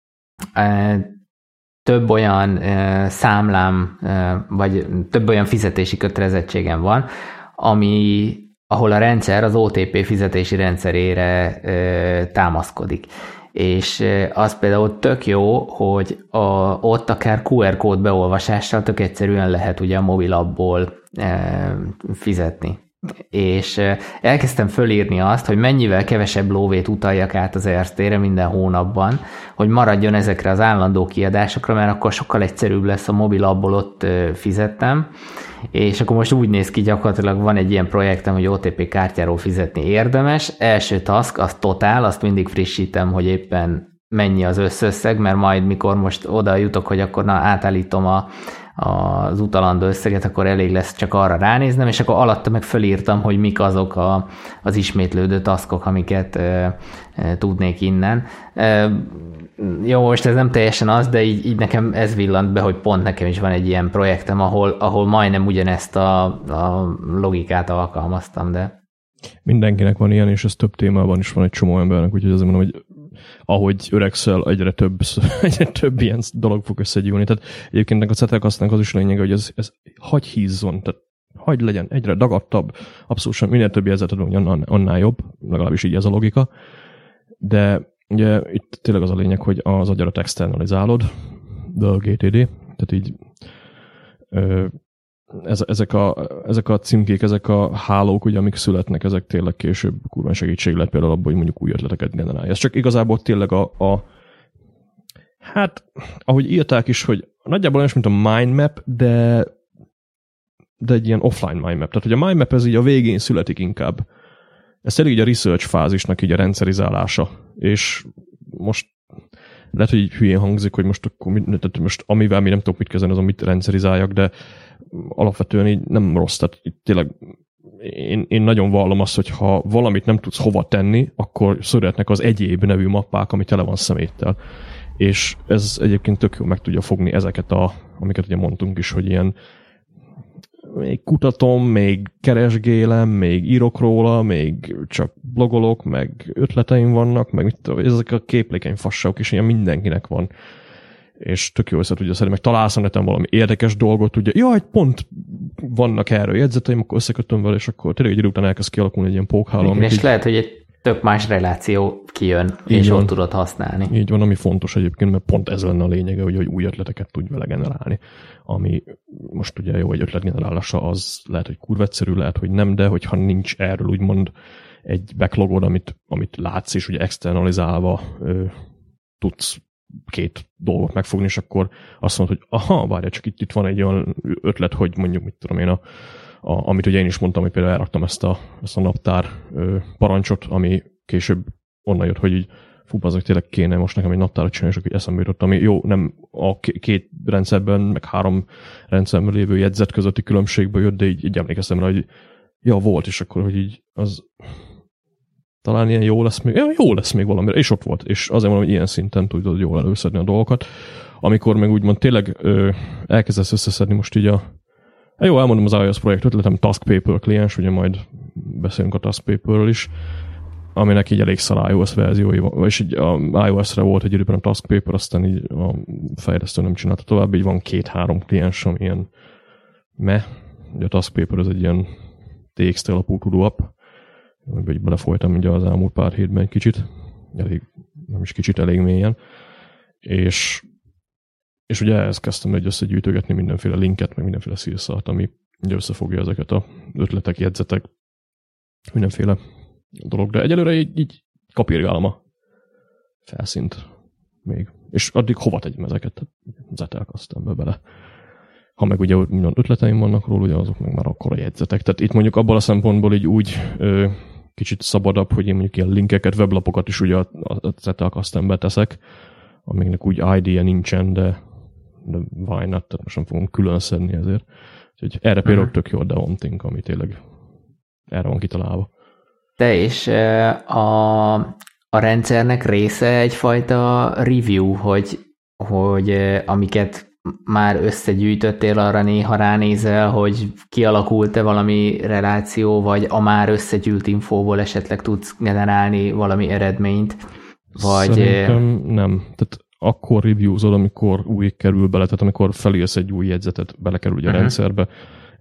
több olyan e, számlám, e, vagy több olyan fizetési kötelezettségem van, ami, ahol a rendszer az o té pé fizetési rendszerére e, támaszkodik. és az például tök jó, hogy a, ott akár kú er kód beolvasással tök egyszerűen lehet ugye a mobilappból e, fizetni. És elkezdtem fölírni azt, hogy mennyivel kevesebb lóvét utaljak át az er té-re minden hónapban, hogy maradjon ezekre az állandó kiadásokra, mert akkor sokkal egyszerűbb lesz a mobilapból ott fizettem, és akkor most úgy néz ki, gyakorlatilag van egy ilyen projektem, hogy o té pé kártyáról fizetni érdemes. Első task, az totál, azt mindig frissítem, hogy éppen mennyi az összösszeg, mert majd mikor most oda jutok, hogy akkor na, átállítom a az utalandó összeget, akkor elég lesz csak arra ránéznem, és akkor alatta meg fölírtam, hogy mik azok a, az ismétlődő taskok, amiket e, e, tudnék innen. E, jó, most ez nem teljesen az, de így, így nekem ez villant be, hogy pont nekem is van egy ilyen projektem, ahol, ahol majdnem ugyanezt a, a logikát alkalmaztam, de... Mindenkinek van ilyen, és ez több témában is van egy csomó embernek, úgyhogy azért mondom, hogy ahogy öregszel, egyre több, egyre több ilyen dolog fog összegyűlni. Tehát egyébként a Zettelkastennek az is lényege, hogy ez, ez hagy hízzon, tehát hagy legyen egyre dagadtabb, abszolút minél több jegyzeted van, annál jobb, legalábbis így ez a logika. De ugye itt tényleg az a lényeg, hogy az agyarat externalizálod, de a gé té dé, tehát így ö, ez, ezek, a, ezek a címkék, ezek a hálók, ugye, amik születnek, ezek tényleg később kurva segítség lehet például abban, hogy mondjuk új ötleteket generálja. Ez csak igazából tényleg a, a hát, ahogy írták is, hogy nagyjából olyan, mint a mindmap, de de egy ilyen offline mindmap. Tehát, hogy a mindmap ez így a végén születik inkább. Ez tényleg így a research fázisnak így a rendszerizálása. És most lehet, hogy így hülyén hangzik, hogy most, akkor, tehát most amivel mi nem tudok mit kezdeni, azon mit rendszerizáljak, de alapvetően így nem rossz. Tehát így tényleg én, én nagyon vallom azt, hogy ha valamit nem tudsz hova tenni, akkor születnek az egyéb nevű mappák, ami tele van szeméttel. És ez egyébként tök jó meg tudja fogni ezeket, a, amiket ugye mondtunk is, hogy ilyen még kutatom, még keresgélem, még írok róla, még csak blogolok, meg ötleteim vannak, meg mit tudom, ezek a képlékeny fasságok is ilyen mindenkinek van. És tök jó össze tudja szedni, meg találsz a neten valami érdekes dolgot, tudja, jaj, pont vannak erről jegyzeteim, akkor összekötöm vele, és akkor tényleg egy idő után elkezd kialakulni egy ilyen pókháló. És így... lehet, hogy egy tök más reláció kijön, így és van. Ott tudod használni. Így van, ami fontos egyébként, mert pont ez lenne a lényege, hogy, hogy új ötleteket tudj vele generálni. Ami most ugye jó, egy ötletgenerálása az lehet, hogy kurva egyszerű, lehet, hogy nem, de hogyha nincs erről úgymond egy backlogod, amit, amit látsz, és ugye externalizálva ö, tudsz két dolgot megfogni, és akkor azt mondod, hogy aha, várja, csak itt, itt van egy olyan ötlet, hogy mondjuk, mit tudom én, a, a, amit ugye én is mondtam, hogy például elraktam ezt a, ezt a naptár ö, parancsot, ami később onnan jött, hogy így fú, azok tényleg kéne most nekem egy naptárat csinálni, és akkor eszembe jutott, ami jó, nem a két rendszerben, meg három rendszerben lévő jegyzet közötti különbségből jött, de így, így emlékeztem rá, hogy ja, volt, és akkor, hogy így az talán ilyen jó lesz még, ja, jó lesz még valamire, és ott volt, és azért mondom, hogy ilyen szinten tudod jól előszedni a dolgokat. Amikor meg úgymond tényleg ö, elkezdesz összeszedni most így a hát jó, elmondom az iOS projekt ötletem, Task Paper kliens, ugye majd beszélünk a Task Paperről is, aminek így elég szar iOS verziói van, és így a iOS-re volt egy időben a Task Paper, aztán így a fejlesztő nem csinálta tovább, így van két-három kliens, ami ilyen meh, ugye a Task Paper az egy ilyen té iksz té alapú tudó app, amiben így belefolytam ugye az elmúlt pár hétben egy kicsit, elég, nem is kicsit, elég mélyen, és, és ugye ehhez kezdtem egy összegyűjtögetni mindenféle linket, meg mindenféle szírszart, ami ugye összefogja ezeket a ötletek, jegyzetek, mindenféle dolog, de egyelőre így, így kapirgálom a felszínt még. És addig hova tegyem ezeket? Zettelkasztem be bele. Ha meg ugye minden ötleteim vannak róla, ugye azok meg már akkor a jegyzetek. Tehát itt mondjuk abban a szempontból így úgy ö, kicsit szabadabb, hogy én mondjuk ilyen linkeket, weblapokat is ugye a, a Zettelkasztembe teszek, amiknek úgy í dé-je nincsen, de, de why not? Tehát most nem fogom külön szedni ezért. Úgyhogy erre uh-huh. például tök jó a Deonting, ami tényleg erre van kitalálva. De és a, a rendszernek része egyfajta review, hogy, hogy amiket már összegyűjtöttél, arra néha ránézel, hogy kialakult-e valami reláció, vagy a már összegyűjt infóból esetleg tudsz generálni valami eredményt, vagy... Szerintem nem. Tehát akkor reviewzol, amikor új kerül bele, tehát amikor felírsz egy új jegyzetet, belekerül ugye a uh-huh. rendszerbe,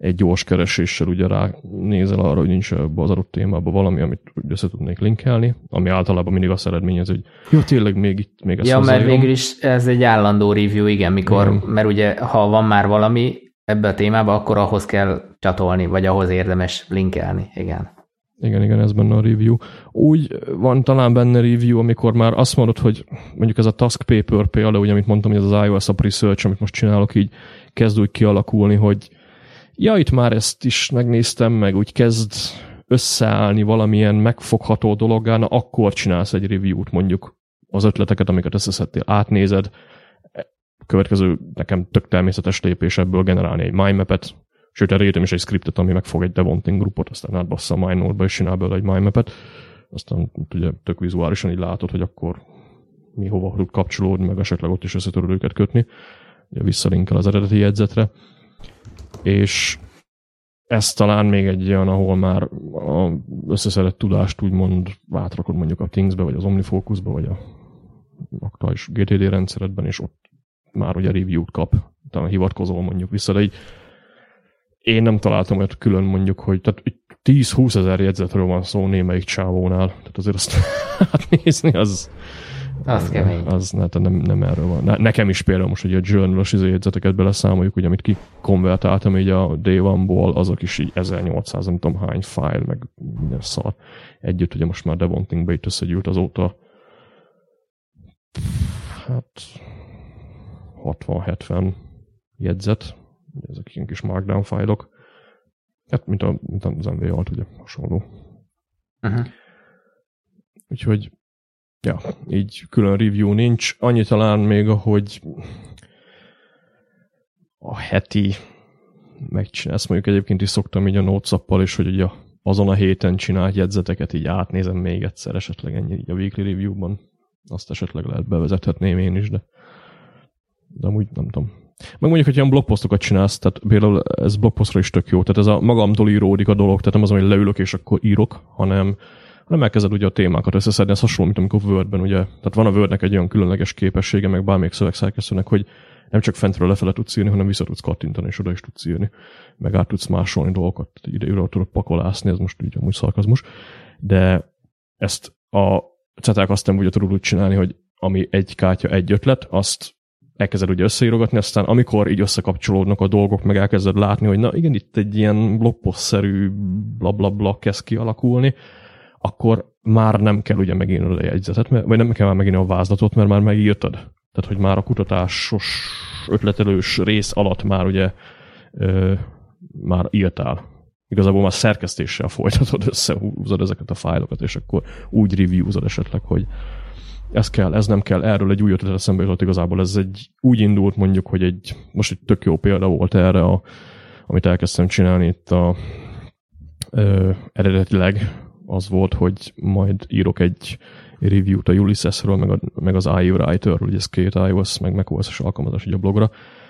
egy gyors kereséssel ugye ránézel arra, hogy nincs az adott témában valami, amit össze tudnék linkelni, ami általában mindig azt eredményez, hogy jó, tényleg még itt, még ezt ja, hozzáírom. Mert végül is ez egy állandó review, igen, mikor, igen. Mert ugye, ha van már valami ebbe a témába, akkor ahhoz kell csatolni, vagy ahhoz érdemes linkelni, igen. Igen, igen, ez benne a review. Úgy van talán benne review, amikor már azt mondod, hogy mondjuk ez a task paper például, ugye, amit mondtam, hogy ez az iOS app research, amit most csinálok, így kezd úgy kialakulni, hogy ja, itt már ezt is megnéztem, meg úgy kezd összeállni valamilyen megfogható dologgá, na akkor csinálsz egy review-t, mondjuk az ötleteket, amiket összeszedtél, átnézed. Következő nekem tök természetes lépés ebből generálni egy mindmap-et, sőt, erre írtam is egy scriptet, ami megfog egy devonting grupot, aztán átbassza a MindNode-ba, és csinál belőle egy mindmap-et. Aztán ugye tök vizuálisan így látod, hogy akkor mi hova tud kapcsolódni, meg esetleg ott is össze tudod őket kötni. Ugye visszalinkel az eredeti jegyzetre. És ez talán még egy olyan, ahol már az összeszedett tudást úgymond átrakod mondjuk a Thingsbe, vagy az OmniFocusba, vagy a aktuális gé té dé rendszeredben, és ott már ugye review-t kap. Talán hivatkozol mondjuk vissza, de így én nem találtam olyat külön mondjuk, hogy tehát tíz-húsz ezer jegyzetről van szó némelyik csávónál. Tehát azért azt átnézni, az az kemény. Az nem, nem erről van. Nekem is például most ugye a journal-os jegyzeteket beleszámoljuk, ugye amit kikonvertáltam így a day one-ból, azok is így ezernyolcszáz, nem tudom hány file, meg minden szar. Együtt ugye most már Devontingbe itt összegyűlt azóta hát hatvan-hetven jegyzet. Ezek ilyen kis markdown fájlok. Hát, mint, a, mint az em vé alt, ugye hasonló. Uh-huh. Úgyhogy ja, így külön review nincs. Annyi talán még, ahogy a heti megcsinálsz, mondjuk egyébként is szoktam így a Notes-appal, és hogy ugye azon a héten csinált jegyzeteket így átnézem még egyszer, esetleg ennyi így a weekly review-ban. Azt esetleg lehet bevezethetném én is, de de amúgy nem tudom. Meg mondjuk, hogy ilyen blogposztokat csinálsz, tehát például ez blogposztra is tök jó, tehát ez a magamtól íródik a dolog, tehát nem az, hogy leülök és akkor írok, hanem, hanem elkezded ugye a témákat összeszedni, ez hasonló, mint amikor Wordben ugye, tehát van a Wordnek egy olyan különleges képessége, meg bármelyik szövegszerkesztőnek, hogy nem csak fentről lefele tudsz írni, hanem vissza tudsz kattintani, és oda is tudsz írni, meg át tudsz másolni dolgokat, ide-ide tudod pakolászni, ez most így amúgy szarkazmus, de ezt a ceták aztán ugye tudod úgy csinálni, hogy ami egy kártya, egy ötlet, azt elkezded ugye összeírogatni, aztán amikor így összekapcsolódnak a dolgok, meg elkezded látni, hogy na igen, itt egy ilyen blogpost-szerű blablabla kezd kialakulni, akkor már nem kell ugye megírnod a jegyzetet, vagy nem kell már megírni a vázlatot, mert már megírtad. Tehát, hogy már a kutatásos, ötletelős rész alatt már ugye ö, már írtál. Igazából már szerkesztéssel folytatod, összehúzod ezeket a fájlokat, és akkor úgy reviewzod esetleg, hogy ez kell, ez nem kell, erről egy új ötlet eszembe jutott igazából. Ez egy úgy indult mondjuk, hogy egy, most egy tök jó példa volt erre, a, amit elkezdtem csinálni itt a ö, eredetileg az volt, hogy majd írok egy review-t a Ulyssesről, meg, a, meg az i u Writerről, ugye ez két iOS, meg macOS-es alkalmazás így a blogra.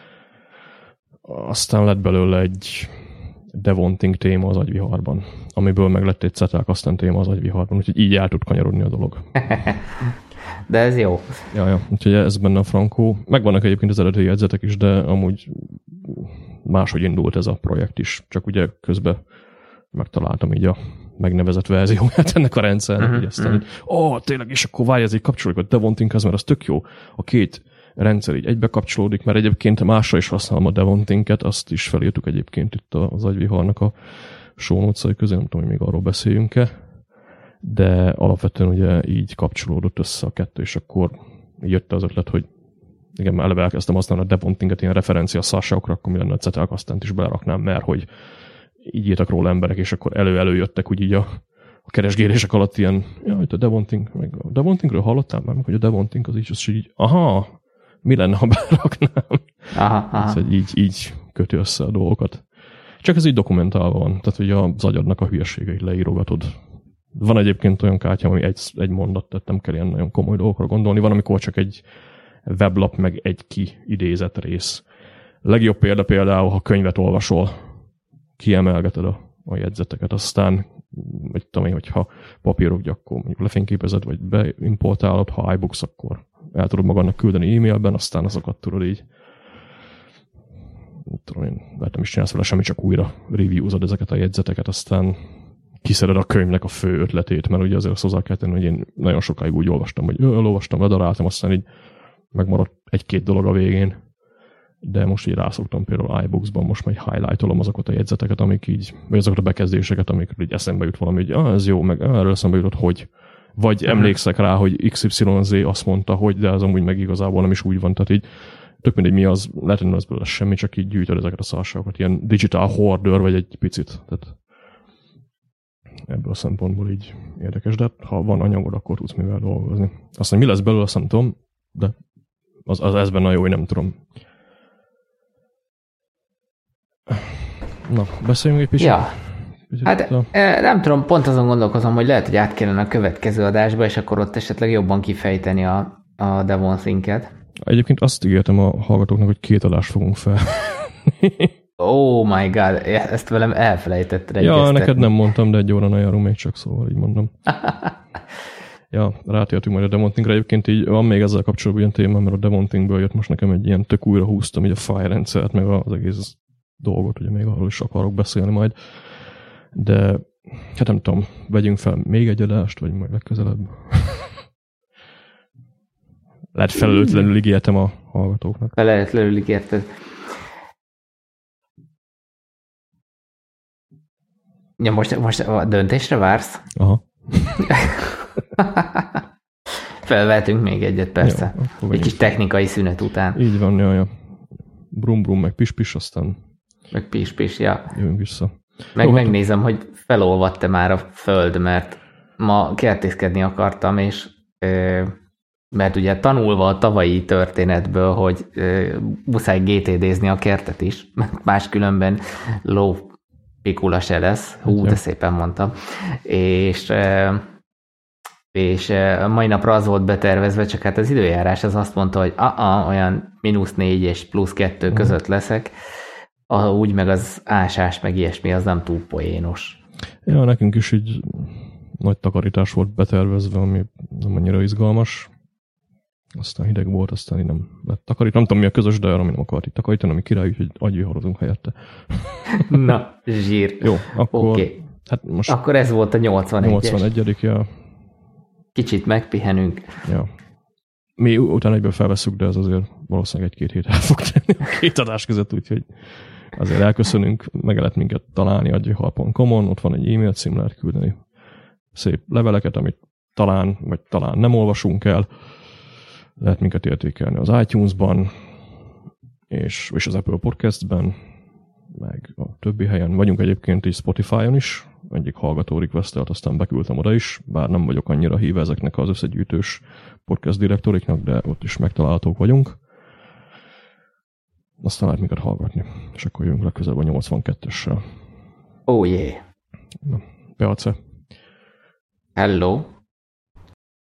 Aztán lett belőle egy Devonting téma az agyviharban, amiből meg lett egy ceták aztán téma az agyviharban, úgyhogy így el tud kanyarodni a dolog. De ez jó. Ja, ja, úgyhogy ez benne a frankó. Megvannak egyébként az eredeti jegyzetek is, de amúgy máshogy indult ez a projekt is. Csak ugye közben megtaláltam így a megnevezett verzióját ennek a rendszernek, uh-huh, hogy aztán uh-huh. így, ó, tényleg, és akkor várj, ez így kapcsolódik a Devontinghez, mert az tök jó. A két rendszer így egybe kapcsolódik, mert egyébként másra is használom a Devontinget, azt is felírtuk egyébként itt az agyviharnak a show notes-ai közé, nem tudom, hogy még arról beszéljünk-e, de alapvetően ugye így kapcsolódott össze a kettő, és akkor jött az ötlet, hogy igen, már eleve elkezdtem használni a Devontinget ilyen referencia szárságokra, akkor mi lenne a cetelkasztánt is beraknám, mert hogy így írtak róla emberek, és akkor elő-elő jöttek úgy így a, a keresgélések alatt ilyen, jaj, a Devonting, meg a Devontingről hallottál már, meg hogy a Devonting az így, az így, aha, mi lenne, ha beraknám? Aha, aha. Ez így, így köti össze a dolgokat. Csak ez így dokumentálva van, tehát hogy az agyadnak a hülyeségeit leírogatod. Van egyébként olyan kártya, ami egy, egy mondat, tehát nem kell ilyen nagyon komoly dolgokra gondolni. Van, amikor csak egy weblap, meg egy kiidézett rész. Legjobb példa például, ha könyvet olvasol, kiemelgeted a, a jegyzeteket, aztán, vagy tudom én, hogyha papírok, akkor mondjuk lefényképezed, vagy beimportálod, ha iBooks, akkor el tudod magadnak küldeni e-mailben, aztán azokat tudod így tudom én, lehet nem is csinálsz vele semmi, csak újra reviewzod ezeket a jegyzeteket, aztán kiszeded a könyvnek a fő ötletét, mert ugye azért azt hozzá kell tenni, hogy én nagyon sokáig úgy olvastam, hogy olvastam, ledaráltam, aztán így megmaradt egy-két dolog a végén, de most így rászoktam például iBooks-ban, most már highlightolom azokat a jegyzeteket, amik így, vagy azokat a bekezdéseket, amikről így eszembe jut valami, hogy ah, ez jó, meg erről eszembe jutott, hogy vagy uh-huh. emlékszek rá, hogy iksz ipszilon zé azt mondta, hogy, de az amúgy meg igazából nem is úgy van, tehát így tök mindegy mi az, lehet, hogy nem az belőle semmi, csak így gyűjtöd ezeket a szarságokat, ilyen digital hoarder vagy egy picit, tehát ebből a szempontból így érdekes, de ha van anyagod, akkor tudsz mivel dolgozni. Aztán mi lesz belőle, azt nem tudom, de az, az ez benne jó, hogy nem tudom. Na, beszéljünk egy picit. Ja. Picit hát a... nem tudom, pont azon gondolkozom, hogy lehet, hogy át kellene a következő adásba, és akkor ott esetleg jobban kifejteni a, a Devon Think-et. Egyébként azt ígértem a hallgatóknak, hogy két adást fogunk fel. Oh my god, ezt velem elfelejtetted egyeztetni. Ja, neked nem mondtam, de egy óra ne járunk még csak, szóval így mondom. Ja, rátértünk majd a Devon Think-re. Egyébként így van még ezzel kapcsolatban ilyen téma, mert a Devon Think-ből jött most nekem egy ilyen tök újra húztam így a file rendszert, meg az egész dolgot, ugye még arról is akarok beszélni majd. De hát nem tudom, vegyünk fel még egy adást, vagy majd legközelebb. Lehet felelőtlenül ígértem a hallgatóknak. Felelőtlenül ígérted. Ja, most, most a döntésre vársz? Aha. Felvehetünk még egyet, persze. Jó, egy kis technikai szünet után. Így van, jaj, ja. Brum, brum, meg pis-pis, aztán meg pis-pis, ja. Jövünk vissza. Meg Jó, megnézem, hát... hogy felolvadt-e már a föld, mert ma kertészkedni akartam, és ö, mert ugye tanulva a tavalyi történetből, hogy ö, muszáj gé té dé-zni a kertet is, máskülönben ló pikula se lesz. Hú, de szépen mondtam. És, ö, és ö, mai napra az volt betervezve, csak hát az időjárás az azt mondta, hogy a olyan mínusz négy és plusz kettő uh-huh. között leszek, úgy meg az ásás, meg ilyesmi, az nem túl poénos. Ja, nekünk is így nagy takarítás volt betervezve, ami nem annyira izgalmas. Aztán hideg volt, aztán így nem lett takarít. Nem tudom, mi a közös, de arra mi nem akart itt takarítani, ami király, úgyhogy agyviharozunk helyette. Na, zsír. Jó, akkor... Okay. Hát most akkor ez volt a nyolcvanegyes. nyolcvanegyedik, ja. Kicsit megpihenünk. Ja. Mi utána egyből felveszünk, de ez azért valószínűleg egy-két hét el fog tenni a két adás között, úgyhogy azért elköszönünk, meg lehet minket találni agyvihar pont com-on, ott van egy e-mail cím, lehet küldeni szép leveleket, amit talán, vagy talán nem olvasunk el. Lehet minket értékelni az iTunes-ban, és, és az Apple Podcast-ben, meg a többi helyen. Vagyunk egyébként is Spotify-on is, egyik hallgató requestelt, aztán beküldtem oda is, bár nem vagyok annyira híve ezeknek az összegyűjtős podcast direktoriknak, de ott is megtalálhatók vagyunk. Aztán lehet minket hallgatni, és akkor jövünk legközelebb a nyolcvankettessel. Oh yeah! Na, Beace. Hello!